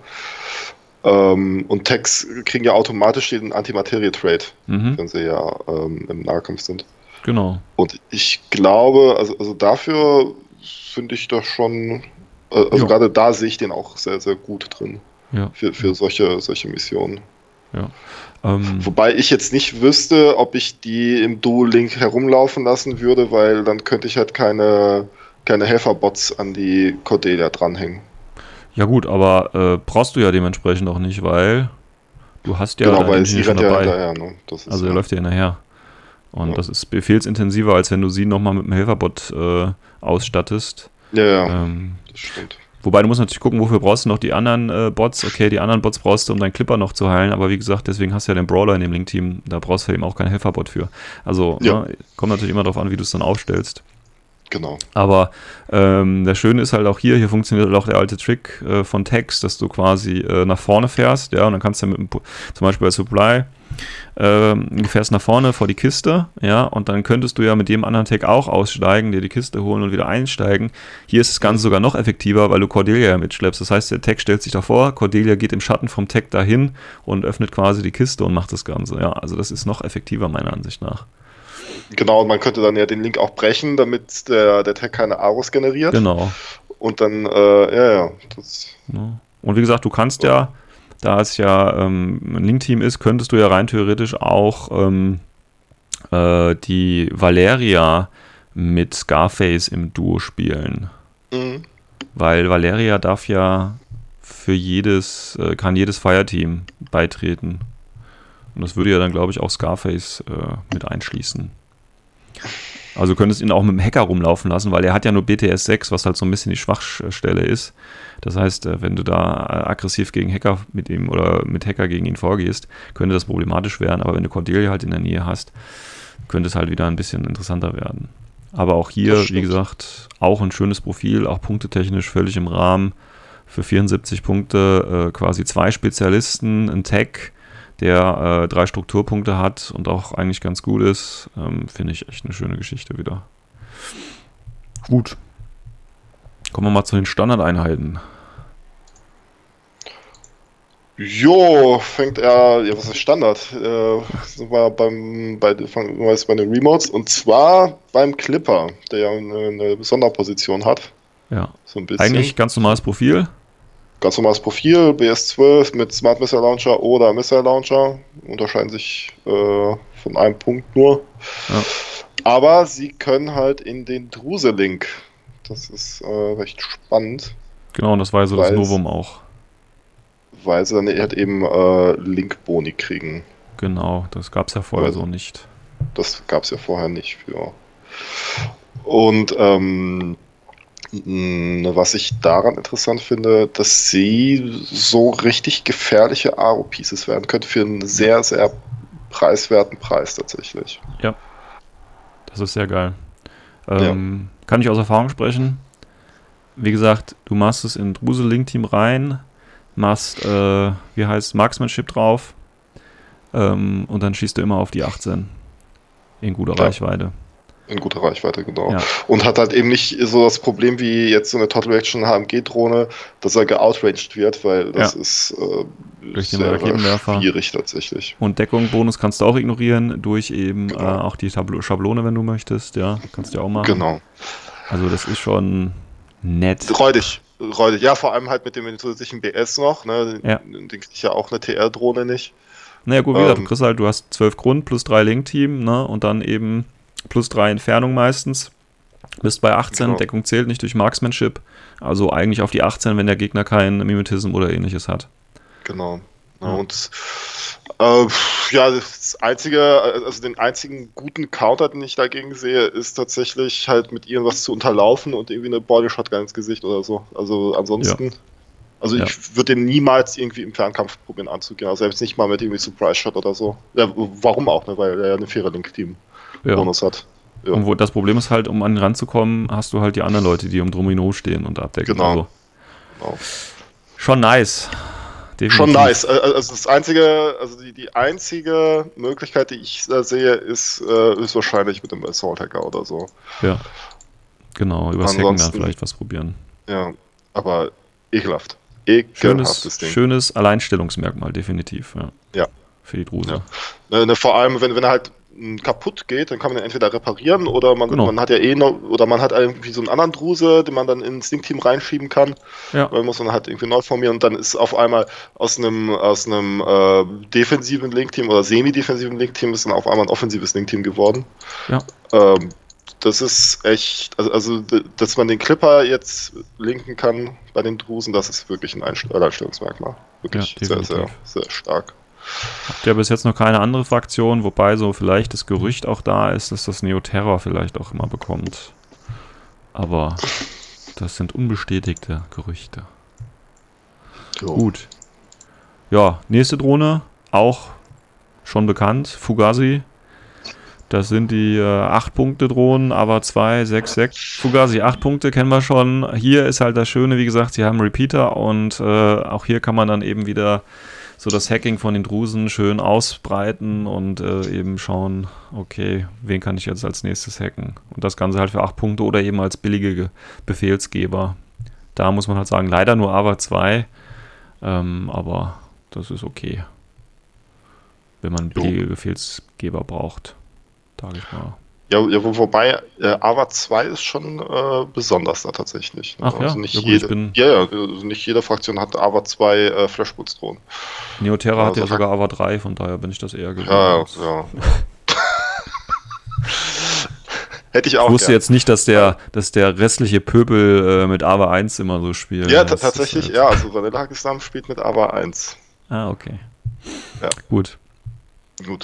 Ähm, und Techs kriegen ja automatisch den Antimaterie-Trade, mhm. wenn sie ja ähm, im Nahkampf sind. Genau. Und ich glaube, also, also dafür finde ich das schon, also ja. gerade da sehe ich den auch sehr, sehr gut drin. Ja. Für, für solche, solche Missionen. Ja. Ähm, Wobei ich jetzt nicht wüsste, ob ich die im Duo-Link herumlaufen lassen würde, weil dann könnte ich halt keine, keine Helferbots an die Cordelia dranhängen. Ja gut, aber äh, brauchst du ja dementsprechend auch nicht, weil du hast ja genau, weil sie rennt ja hinterher. Ne? Das ist also er ja. läuft ja hinterher. Und ja. das ist befehlsintensiver, als wenn du sie nochmal mit einem Helferbot äh, ausstattest. Ja, ja. Ähm, das stimmt. Wobei du musst natürlich gucken, wofür brauchst du noch die anderen äh, Bots. Okay, die anderen Bots brauchst du, um deinen Clipper noch zu heilen, aber wie gesagt, deswegen hast du ja den Brawler in dem Link-Team, da brauchst du eben auch keinen Helferbot für. Also ja. ne, kommt natürlich immer darauf an, wie du es dann aufstellst. Genau. Aber ähm, der Schöne ist halt auch hier, hier funktioniert halt auch der alte Trick äh, von Text, dass du quasi äh, nach vorne fährst, ja, und dann kannst du mit dem, zum Beispiel bei Supply, ähm, du fährst nach vorne vor die Kiste, ja, und dann könntest du ja mit dem anderen Tag auch aussteigen, dir die Kiste holen und wieder einsteigen. Hier ist das Ganze sogar noch effektiver, weil du Cordelia ja mitschleppst. Das heißt, der Tag stellt sich davor, Cordelia geht im Schatten vom Tag dahin und öffnet quasi die Kiste und macht das Ganze. Ja, also das ist noch effektiver meiner Ansicht nach. Genau, und man könnte dann ja den Link auch brechen, damit der, der Tag keine Aros generiert. Genau. Und dann, äh, ja, ja. Das ja. Und wie gesagt, du kannst ja, da es ja ähm, ein Link-Team ist, könntest du ja rein theoretisch auch ähm, äh, die Valeria mit Scarface im Duo spielen. Mhm. Weil Valeria darf ja für jedes, äh, kann jedes Fireteam beitreten. Und das würde ja dann, glaube ich, auch Scarface äh, mit einschließen. Also du könntest ihn auch mit dem Hacker rumlaufen lassen, weil er hat ja nur B T S sechs, was halt so ein bisschen die Schwachstelle ist. Das heißt, wenn du da aggressiv gegen Hacker mit ihm oder mit Hacker gegen ihn vorgehst, könnte das problematisch werden. Aber wenn du Cordelia halt in der Nähe hast, könnte es halt wieder ein bisschen interessanter werden. Aber auch hier, wie gesagt, auch ein schönes Profil, auch punktetechnisch völlig im Rahmen. Für vierundsiebzig Punkte äh, quasi zwei Spezialisten, ein Tag, der äh, drei Strukturpunkte hat und auch eigentlich ganz gut ist, ähm, finde ich echt eine schöne Geschichte wieder. Gut. Kommen wir mal zu den Standardeinheiten. Jo, fängt er, ja, was ist Standard? Äh, sind wir beim, bei, fangen wir jetzt bei den Remotes und zwar beim Clipper, der ja eine, eine Sonderposition hat. Ja, so ein bisschen. Eigentlich ganz normales Profil. Ganz normales Profil, B S zwölf mit Smart Missile Launcher oder Missile Launcher, unterscheiden sich äh, von einem Punkt nur. Ja. Aber sie können halt in den Druse-Link. Das ist äh, recht spannend. Genau, und das war ja so das Novum auch. Weil sie dann halt eben äh, Link-Boni kriegen. Genau, das gab es ja vorher weil, so nicht. Das gab es ja vorher nicht. Ja. Und ähm, was ich daran interessant finde, dass sie so richtig gefährliche Aro-Pieces werden können für einen sehr, sehr preiswerten Preis tatsächlich. Ja, das ist sehr geil. Ähm, ja. Kann ich aus Erfahrung sprechen. Wie gesagt, du machst es in Druse-Link-Team rein, machst, äh, wie heißt Marksmanship drauf ähm, und dann schießt du immer auf die achtzehn in guter ja. Reichweite. In guter Reichweite, genau. Ja. Und hat halt eben nicht so das Problem wie jetzt so eine Total Reaction H M G-Drohne, dass er geoutranged wird, weil das ja. ist äh, durch den Raketenwerfer schwierig tatsächlich. Und Deckung, Bonus kannst du auch ignorieren durch eben genau. äh, auch die Tablo- Schablone, wenn du möchtest. Ja, kannst du ja auch machen. Genau. Also das ist schon nett. Räudig. Räudig. Ja, vor allem halt mit dem zusätzlichen B S noch. Ne? Ja. Den krieg ich ja auch eine T R-Drohne nicht. Naja gut, wie gesagt, ähm, du kriegst halt, du hast zwölf Grund plus drei Link-Team, ne? Und dann eben plus drei Entfernung meistens. Bist bei achtzehn, Genau. Deckung zählt nicht durch Marksmanship. Also eigentlich auf die achtzehn, wenn der Gegner keinen Mimetism oder ähnliches hat. Genau. Ja, Ja. und äh, ja, das einzige, also den einzigen guten Counter, den ich dagegen sehe, ist tatsächlich halt mit irgendwas zu unterlaufen und irgendwie eine Body Shotgun ins Gesicht oder so. Also ansonsten, also Ja. ich würde den niemals irgendwie im Fernkampf probieren anzugehen, also selbst nicht mal mit irgendwie Surprise Shot oder so. Ja, warum auch, ne? Weil er ja eine Vierer-Link-Team-Bonus Ja. hat. Ja. Und wo, das Problem ist halt, um an ihn ranzukommen, hast du halt die anderen Leute, die um Drumino stehen und abdecken. Genau. Also Genau. schon nice. Definitiv. Schon nice. Also das einzige, also die, die einzige Möglichkeit, die ich da sehe, ist, äh, ist wahrscheinlich mit dem Assault Hacker oder so. Ja. Genau, übers Hacken dann Ansonsten- vielleicht was probieren. Ja, aber ekelhaft. Ekelhaftes Schönes, Ding. schönes Alleinstellungsmerkmal, definitiv. Ja. Ja. Für die Druse. Ja. Ne, ne, vor allem, wenn, wenn er halt m, kaputt geht, dann kann man den entweder reparieren oder man, Genau. man hat ja eh noch, oder man hat irgendwie so einen anderen Druse, den man dann ins Link-Team reinschieben kann. Ja. Man muss dann halt irgendwie neu formieren und dann ist auf einmal aus einem aus einem äh, defensiven Link-Team oder semi-defensiven Link-Team ist dann auf einmal ein offensives Link-Team geworden. Ja. Ähm, das ist echt, also, also d- dass man den Clipper jetzt linken kann bei den Drusen, das ist wirklich ein Einst- Alleinstellungsmerkmal. Wirklich Ja, sehr, sehr, definitiv. sehr stark. Habt ihr bis jetzt noch keine andere Fraktion, wobei so vielleicht das Gerücht auch da ist, dass das Neoterror vielleicht auch immer bekommt. Aber das sind unbestätigte Gerüchte. Jo. Gut. Ja, nächste Drohne, auch schon bekannt, Fugazi. Das sind die äh, acht Punkte Drohnen, aber zwei, sechs, sechs. Fugazi, acht Punkte kennen wir schon. Hier ist halt das Schöne, wie gesagt, sie haben Repeater und äh, auch hier kann man dann eben wieder so das Hacking von den Drusen schön ausbreiten und äh, eben schauen, okay, wen kann ich jetzt als nächstes hacken? Und das Ganze halt für acht Punkte oder eben als billige Ge- Befehlsgeber. Da muss man halt sagen, leider nur A V A zwei, ähm, aber das ist okay, wenn man Jo. billige Befehlsgeber braucht, sage ich mal. Ja, ja wo, wobei äh, A V A zwei ist schon äh, besonders da tatsächlich. Ne? Ach ja? Also nicht Ja gut, ich jede, bin- ja, ja, also nicht jede Fraktion hat A V A zwei äh, Flashboots-Drohnen. Neoterra hat Also ja Hack- sogar A V A drei, von daher bin ich das eher gewöhnt. Ja, ja, ja. Hätte ich Ich auch wusste gern. jetzt nicht, dass der, dass der restliche Pöbel äh, mit A V A eins immer so spielt. Ja, Das ta- ist tatsächlich, halt- ja. Also Vanilla Hackislam spielt mit A V A eins. Ah, okay. Ja. Gut. Gut.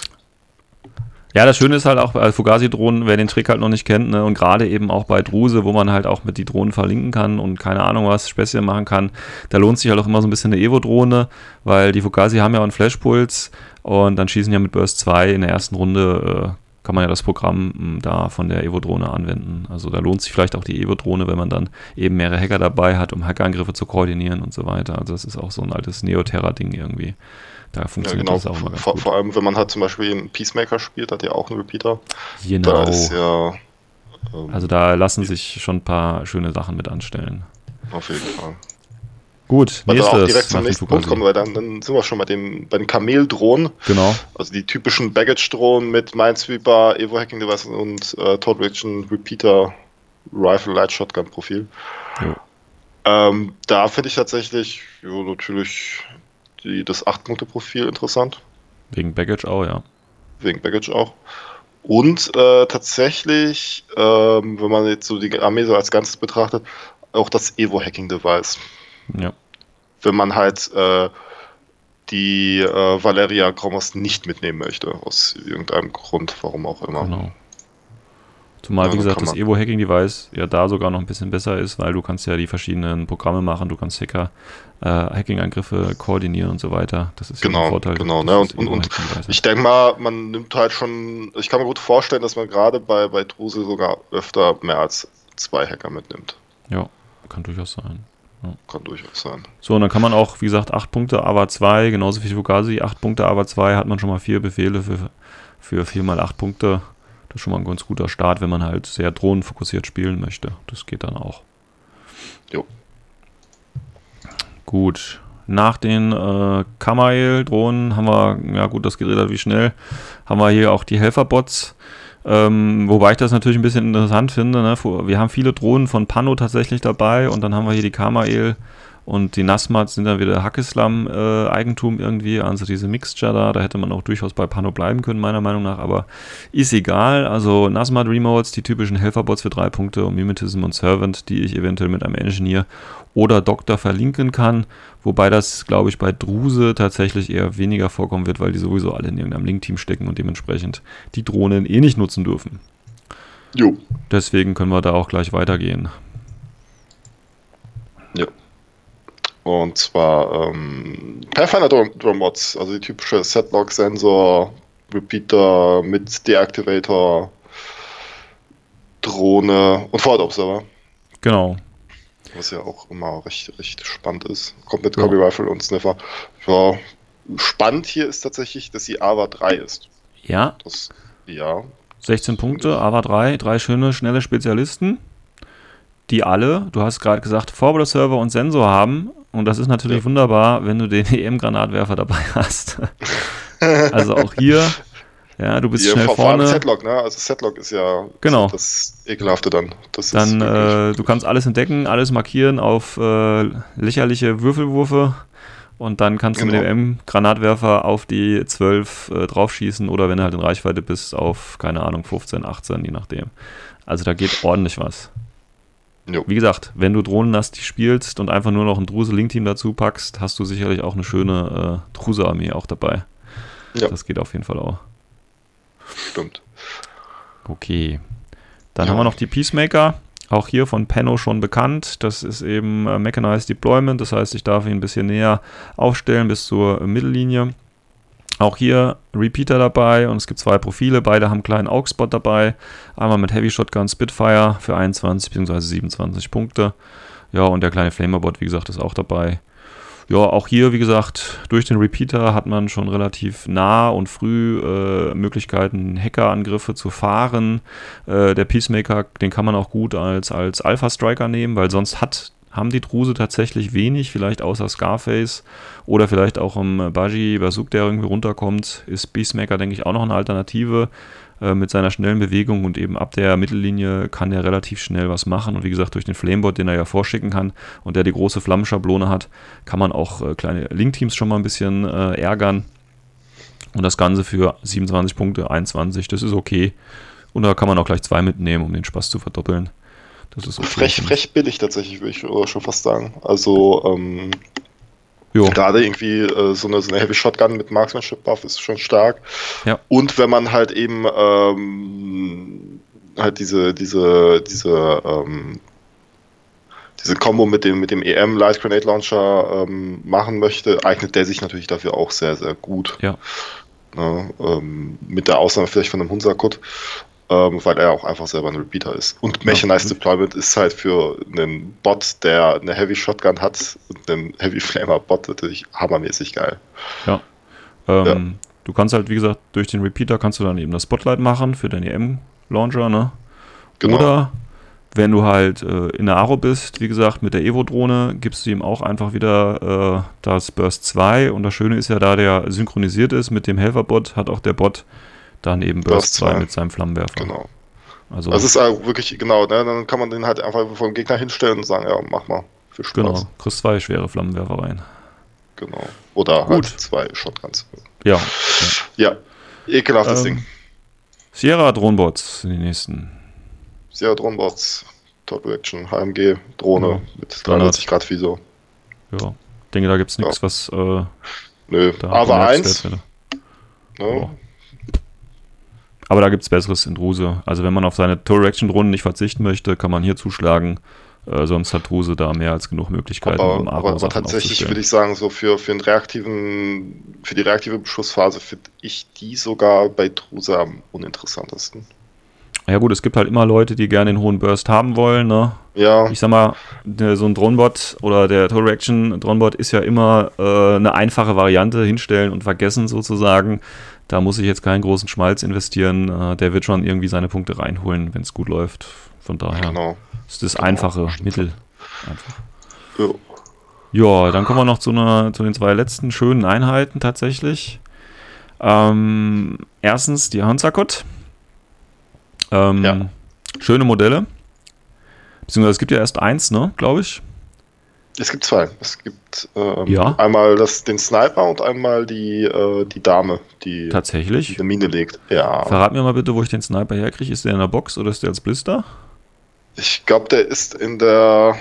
Ja, das Schöne ist halt auch bei Fugazi-Drohnen, wer den Trick halt noch nicht kennt, ne, und gerade eben auch bei Druse, wo man halt auch mit die Drohnen verlinken kann und keine Ahnung was, Späßchen machen kann, da lohnt sich halt auch immer so ein bisschen eine Evo-Drohne, weil die Fugazi haben ja auch einen Flashpuls und dann schießen ja mit Burst zwei in der ersten Runde, äh, kann man ja das Programm mh, da von der Evo-Drohne anwenden. Also da lohnt sich vielleicht auch die Evo-Drohne, wenn man dann eben mehrere Hacker dabei hat, um Hackerangriffe zu koordinieren und so weiter. Also das ist auch so ein altes Neoterra-Ding irgendwie. Da Ja, funktioniert genau. das auch mal ganz Vor, gut. vor allem, wenn man halt zum Beispiel einen Peacemaker spielt, hat er auch einen Repeater. Genau. Da ist ja ähm, Also da lassen sich schon ein paar schöne Sachen mit anstellen. auf jeden Fall. Gut, Weil wir auch nächstes. direkt zum nach dem nächsten Punkt Fugazi. kommen, weil dann, dann sind wir schon bei, dem, bei den Kameldrohnen. Genau, Also die typischen Baggage-Drohnen mit Minesweeper, Evo-Hacking-Device und äh, Total Reaction Repeater Rifle Light Shotgun Profil. jo. Ähm, da finde ich tatsächlich ja, natürlich die, das acht Punkte Profil interessant. Wegen Baggage auch, ja. Wegen Baggage auch. Und äh, tatsächlich, ähm, wenn man jetzt so die Armee so als Ganzes betrachtet, auch das Evo-Hacking-Device. Ja, Wenn man halt äh, die äh, Valeria Gromos nicht mitnehmen möchte, aus irgendeinem Grund, warum auch immer. genau. Zumal, Ja, wie dann gesagt, kann das man- Evo-Hacking-Device ja da sogar noch ein bisschen besser ist, weil du kannst ja die verschiedenen Programme machen, du kannst Hacker, äh, Hacking-Angriffe koordinieren und so weiter. Das ist ja Genau, der Vorteil. genau, des ne, und- und- und Evo-Hacking-Devices. Ich denke mal, man nimmt halt schon, ich kann mir gut vorstellen, dass man gerade bei, bei Druse sogar öfter mehr als zwei Hacker mitnimmt. Ja, kann durchaus sein. Kann durchaus sein. So, und dann kann man auch, wie gesagt, acht Punkte A V A zwei, genauso wie Fugazi, acht Punkte A V A zwei, hat man schon mal vier Befehle für, für vier mal acht Punkte. Das ist schon mal ein ganz guter Start, wenn man halt sehr drohnenfokussiert spielen möchte. Das geht dann auch. Jo. Gut. Nach den äh, Kamail-Drohnen haben wir, ja gut, das geht relativ schnell, haben wir hier auch die Helferbots. Ähm, wobei ich das natürlich ein bisschen interessant finde. Ne? Wir haben viele Drohnen von Pano tatsächlich dabei und dann haben wir hier die Kamael und die Nasmat sind dann wieder Hackislam-Eigentum äh, irgendwie. Also diese Mixture da, da hätte man auch durchaus bei Pano bleiben können, meiner Meinung nach, aber ist egal. Also Nasmat Remotes, die typischen Helferbots für drei Punkte und Mimetism und Servant, die ich eventuell mit einem Engineer oder Doktor verlinken kann. Wobei das, glaube ich, bei Druse tatsächlich eher weniger vorkommen wird, weil die sowieso alle in irgendeinem Link-Team stecken und dementsprechend die Drohnen eh nicht nutzen dürfen. Jo. Deswegen können wir da auch gleich weitergehen. Ja. Und zwar ähm, Pathfinder Drone-Mods, also die typische Setlog-Sensor, Repeater mit Deactivator, Drohne und Forward-Observer. Genau. Was ja auch immer recht, recht spannend ist. Kommt mit Ja. Combi Rifle und Sniffer. Ja, spannend hier ist tatsächlich, dass sie A V A drei ist. Ja, Das, ja. sechzehn Punkte, A V A drei, drei schöne, schnelle Spezialisten, die alle, du hast gerade gesagt, Forwarder-Server und Sensor haben. Und das ist natürlich Ja. wunderbar, wenn du den E M-Granatwerfer dabei hast. Also auch hier, ja, du bist Hier schnell vor- vor allem vorne. Setlog, ne? Also Setlog ist ja Genau. das Ekelhafte dann. Das ist Dann, wirklich- äh, du kannst alles entdecken, alles markieren auf äh, lächerliche Würfelwürfe und dann kannst du Genau. mit dem M-Granatwerfer auf die zwölf äh, draufschießen oder wenn du halt in Reichweite bist, auf, keine Ahnung, fünfzehn, achtzehn, je nachdem. Also da geht ordentlich was. Jo. Wie gesagt, wenn du Drohnen hast, die spielst und einfach nur noch ein Druse-Link-Team dazu packst, hast du sicherlich auch eine schöne äh, Druse-Armee auch dabei. Ja. Das geht auf jeden Fall auch. Stimmt. Okay. Dann Ja. haben wir noch die Peacemaker. Auch hier von Penno schon bekannt. Das ist eben äh, Mechanized Deployment. Das heißt, ich darf ihn ein bisschen näher aufstellen bis zur äh, Mittellinie. Auch hier Repeater dabei und es gibt zwei Profile. Beide haben einen kleinen Aug-Spot dabei. Einmal mit Heavy Shotgun Spitfire für einundzwanzig bzw. siebenundzwanzig Punkte. Ja, und der kleine Flamerbot, wie gesagt, ist auch dabei. Ja, auch hier, wie gesagt, durch den Repeater hat man schon relativ nah und früh äh, Möglichkeiten, Hackerangriffe zu fahren. Äh, der Peacemaker, den kann man auch gut als, als Alpha-Striker nehmen, weil sonst hat, haben die Druse tatsächlich wenig, vielleicht außer Scarface oder vielleicht auch im Baji Bazook, der irgendwie runterkommt, ist Peacemaker, denke ich, auch noch eine Alternative. Mit seiner schnellen Bewegung und eben ab der Mittellinie kann er relativ schnell was machen. Und wie gesagt, durch den Flamebot, den er ja vorschicken kann und der die große Flammenschablone hat, kann man auch äh, kleine Link-Teams schon mal ein bisschen äh, ärgern. Und das Ganze für siebenundzwanzig Punkte, einundzwanzig, das ist okay. Und da kann man auch gleich zwei mitnehmen, um den Spaß zu verdoppeln. Das ist okay. Frech, frech billig tatsächlich, würde ich oder schon fast sagen. Also, ähm, Jo. gerade irgendwie äh, so, eine, so eine Heavy Shotgun mit Marksmanship-Buff ist schon stark. Ja. Und wenn man halt eben ähm, halt diese, diese, diese, ähm, diese Combo mit dem, mit dem E M Light Grenade Launcher ähm, machen möchte, eignet der sich natürlich dafür auch sehr, sehr gut. Ja. Ne, ähm, mit der Ausnahme vielleicht von einem Hunsakut, ähm, weil er auch einfach selber ein Repeater ist. Und Mechanized Ja. Deployment ist halt für einen Bot, der eine Heavy Shotgun hat und einen Heavy Flamer Bot natürlich hammermäßig geil. Ja. Ähm, du kannst halt, wie gesagt, durch den Repeater kannst du dann eben das Spotlight machen für deinen E M-Launcher, ne? Genau. Oder wenn du halt äh, in der Aro bist, wie gesagt, mit der Evo-Drohne gibst du ihm auch einfach wieder äh, das Burst zwei. Und das Schöne ist ja, da der synchronisiert ist mit dem Helferbot, hat auch der Bot dann eben Burst Burst zwei zwei. mit seinem Flammenwerfer. Genau. Also, Das ist auch wirklich, genau, ne, dann kann man den halt einfach vor dem Gegner hinstellen und sagen, ja, mach mal, viel Spaß. genau, kriegst zwei schwere Flammenwerfer rein. Genau. Oder Gut. halt zwei Shotguns. Ja. ja. Ja, ekelhaftes Ähm, Ding. Sierra Drohnenbots sind die nächsten. Sehr Drohnenbots, Top Reaction, H M G, Drohne Ja. mit dreihundertsechzig Grad Viso. Ja. Ich denke, da gibt es nichts, was äh, Nö, da A V A bemerkenswert eins. wäre. Ne? Ja. Aber da gibt es Besseres in Druse. Also wenn man auf seine Tour-Action-Drohnen nicht verzichten möchte, kann man hier zuschlagen. Äh, sonst hat Druse da mehr als genug Möglichkeiten, Aber, um aber, aber Aro-Sachen tatsächlich aufzustellen. würde ich sagen, so für, für, einen reaktiven, für die reaktive Beschussphase finde ich die sogar bei Druse am uninteressantesten. Ja gut, es gibt halt immer Leute, die gerne den hohen Burst haben wollen. Ne? Ja, Ich sag mal, der, so ein Dronebot oder der Tour-Action-Dronebot ist ja immer äh, eine einfache Variante, hinstellen und vergessen sozusagen. Da muss ich jetzt keinen großen Schmalz investieren. Äh, der wird schon irgendwie seine Punkte reinholen, wenn es gut läuft. Von daher genau. ist das Genau. einfache Mittel. Einfach. Ja. Ja, dann kommen wir noch zu, einer, zu den zwei letzten schönen Einheiten tatsächlich. Ähm, erstens die Hansakot. Ähm, Ja. Schöne Modelle. Beziehungsweise es gibt ja erst eins, ne, glaube ich. Es gibt zwei. Es gibt ähm, Ja. einmal das, den Sniper und einmal die, äh, die Dame, die Tatsächlich. eine Mine legt. Ja. Verrat mir mal bitte, wo ich den Sniper herkriege. Ist der in der Box oder ist der als Blister? Ich glaube, der ist in der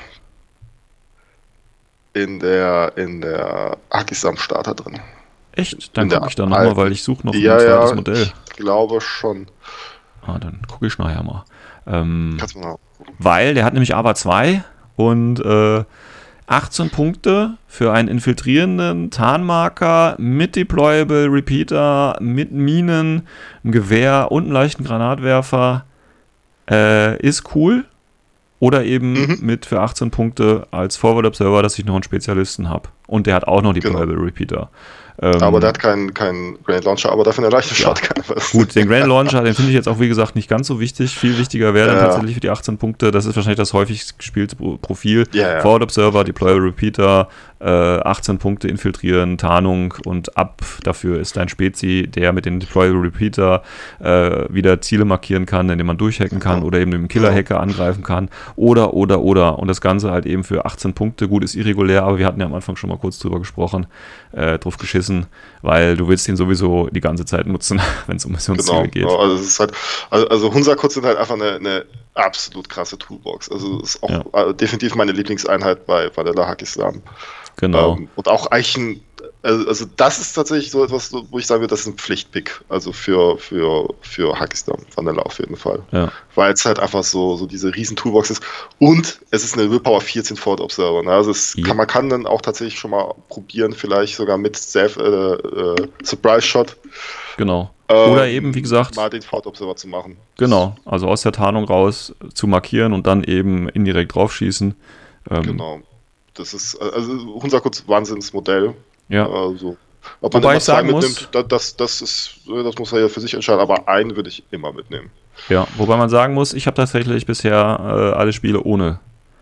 in der in der Akisam-Starter drin. Echt? Dann In der gucke ich da nochmal, alten- weil ich suche noch Ja, ein zweites ja, Modell. ich glaube schon. Ah, dann gucke ich nachher mal. Ähm, Kannst du mal weil der hat nämlich aber zwei und äh, achtzehn Punkte für einen infiltrierenden Tarnmarker mit Deployable Repeater, mit Minen, einem Gewehr und einem leichten Granatwerfer äh, ist cool. Oder eben Mhm. mit für achtzehn Punkte als Forward Observer, dass ich noch einen Spezialisten habe. Und der hat auch noch Deployable Genau. Repeater. Ähm, Aber der hat keinen keinen Grenade Launcher, aber dafür eine leichte Ja. Shotgun. Was- Gut, den Grand Launcher, den finde ich jetzt auch, wie gesagt, nicht ganz so wichtig. Viel wichtiger wäre dann Ja. tatsächlich für die achtzehn Punkte. Das ist wahrscheinlich das häufigst gespielte Pro- Profil. Ja, ja. Forward Observer, Deployable Repeater, äh, achtzehn Punkte infiltrieren, Tarnung und ab dafür ist dein Spezi, der mit dem Deployable Repeater äh, wieder Ziele markieren kann, indem man durchhacken kann Ja. oder eben mit dem Killer-Hacker angreifen kann. Oder, oder, oder. Und das Ganze halt eben für achtzehn Punkte. Gut, ist irregulär, aber wir hatten ja am Anfang schon mal kurz drüber gesprochen, äh, drauf geschissen, weil du willst ihn sowieso die ganze Zeit nutzen, wenn es um Missionsziele Genau, geht. genau, also es ist halt, also, also Hunsakuts sind halt einfach eine, eine absolut krasse Toolbox. Also es ist auch Ja. äh, definitiv meine Lieblingseinheit bei Vanilla Hakislam. Genau. Ähm, und auch eigentlich ein, also, also das ist tatsächlich so etwas, wo ich sagen würde, das ist ein Pflichtpick. Also für, für, für Hakislam, Vanilla auf jeden Fall. Ja. Weil es halt einfach so, so diese riesen Toolbox ist. Und es ist eine Willpower vierzehn Forward Observer. Ne? Also es Ja. kann, man kann dann auch tatsächlich schon mal probieren, vielleicht sogar mit Self, äh, äh, Surprise Shot. Genau. ähm, Oder eben, wie gesagt, mal den Forward Observer zu machen. genau, also aus der Tarnung raus zu markieren und dann eben indirekt draufschießen. Ähm, Genau. Das ist, also Hunsakuts Wahnsinnsmodell. Ja, Also, ob Wobei man immer ich zwei sagen mitnimmt, muss- da- das, das ist, das muss er ja für sich entscheiden, aber einen würde ich immer mitnehmen. ja. Wobei man sagen muss, ich habe tatsächlich bisher äh, alle Spiele ohne,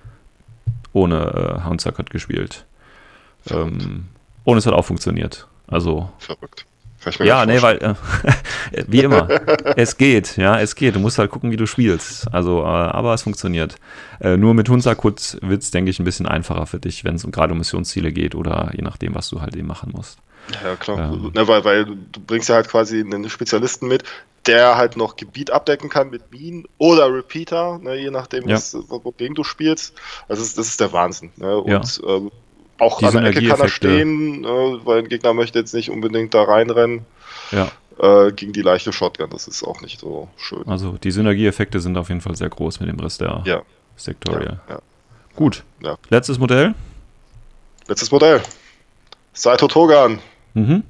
ohne äh, Hunsacut gespielt. Verrückt. Ähm, und es hat auch funktioniert. Also, Verrückt. Kann ich mir ja, gar nicht nee, weil, äh, wie immer, es geht, ja, es geht. Du musst halt gucken, wie du spielst. Also, äh, aber es funktioniert. Äh, nur mit Hunsakut wird es, denke ich, ein bisschen einfacher für dich, wenn es um, gerade um Missionsziele geht oder je nachdem, was du halt eben machen musst. Ja, klar. Ähm. Ne, weil, weil du bringst ja halt quasi einen Spezialisten mit, der halt noch Gebiet abdecken kann mit Minen oder Repeater, ne, je nachdem, Ja. was, wogegen du spielst. Also das ist, das ist der Wahnsinn. Ne? Und Ja. ähm, auch Die an der Ecke kann er Synergieeffekte. stehen, äh, weil ein Gegner möchte jetzt nicht unbedingt da reinrennen. Ja, Äh, gegen die leichte Shotgun, das ist auch nicht so schön. also die Synergieeffekte sind auf jeden Fall sehr groß mit dem Rest der Ja, Sectorial. ja, ja. Gut, Ja. letztes Modell. Letztes Modell. Saito Togan. Mhm.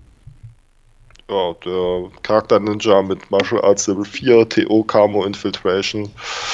Ja, der Charakter-Ninja mit Martial Arts Level vier, T O, Camo, Infiltration.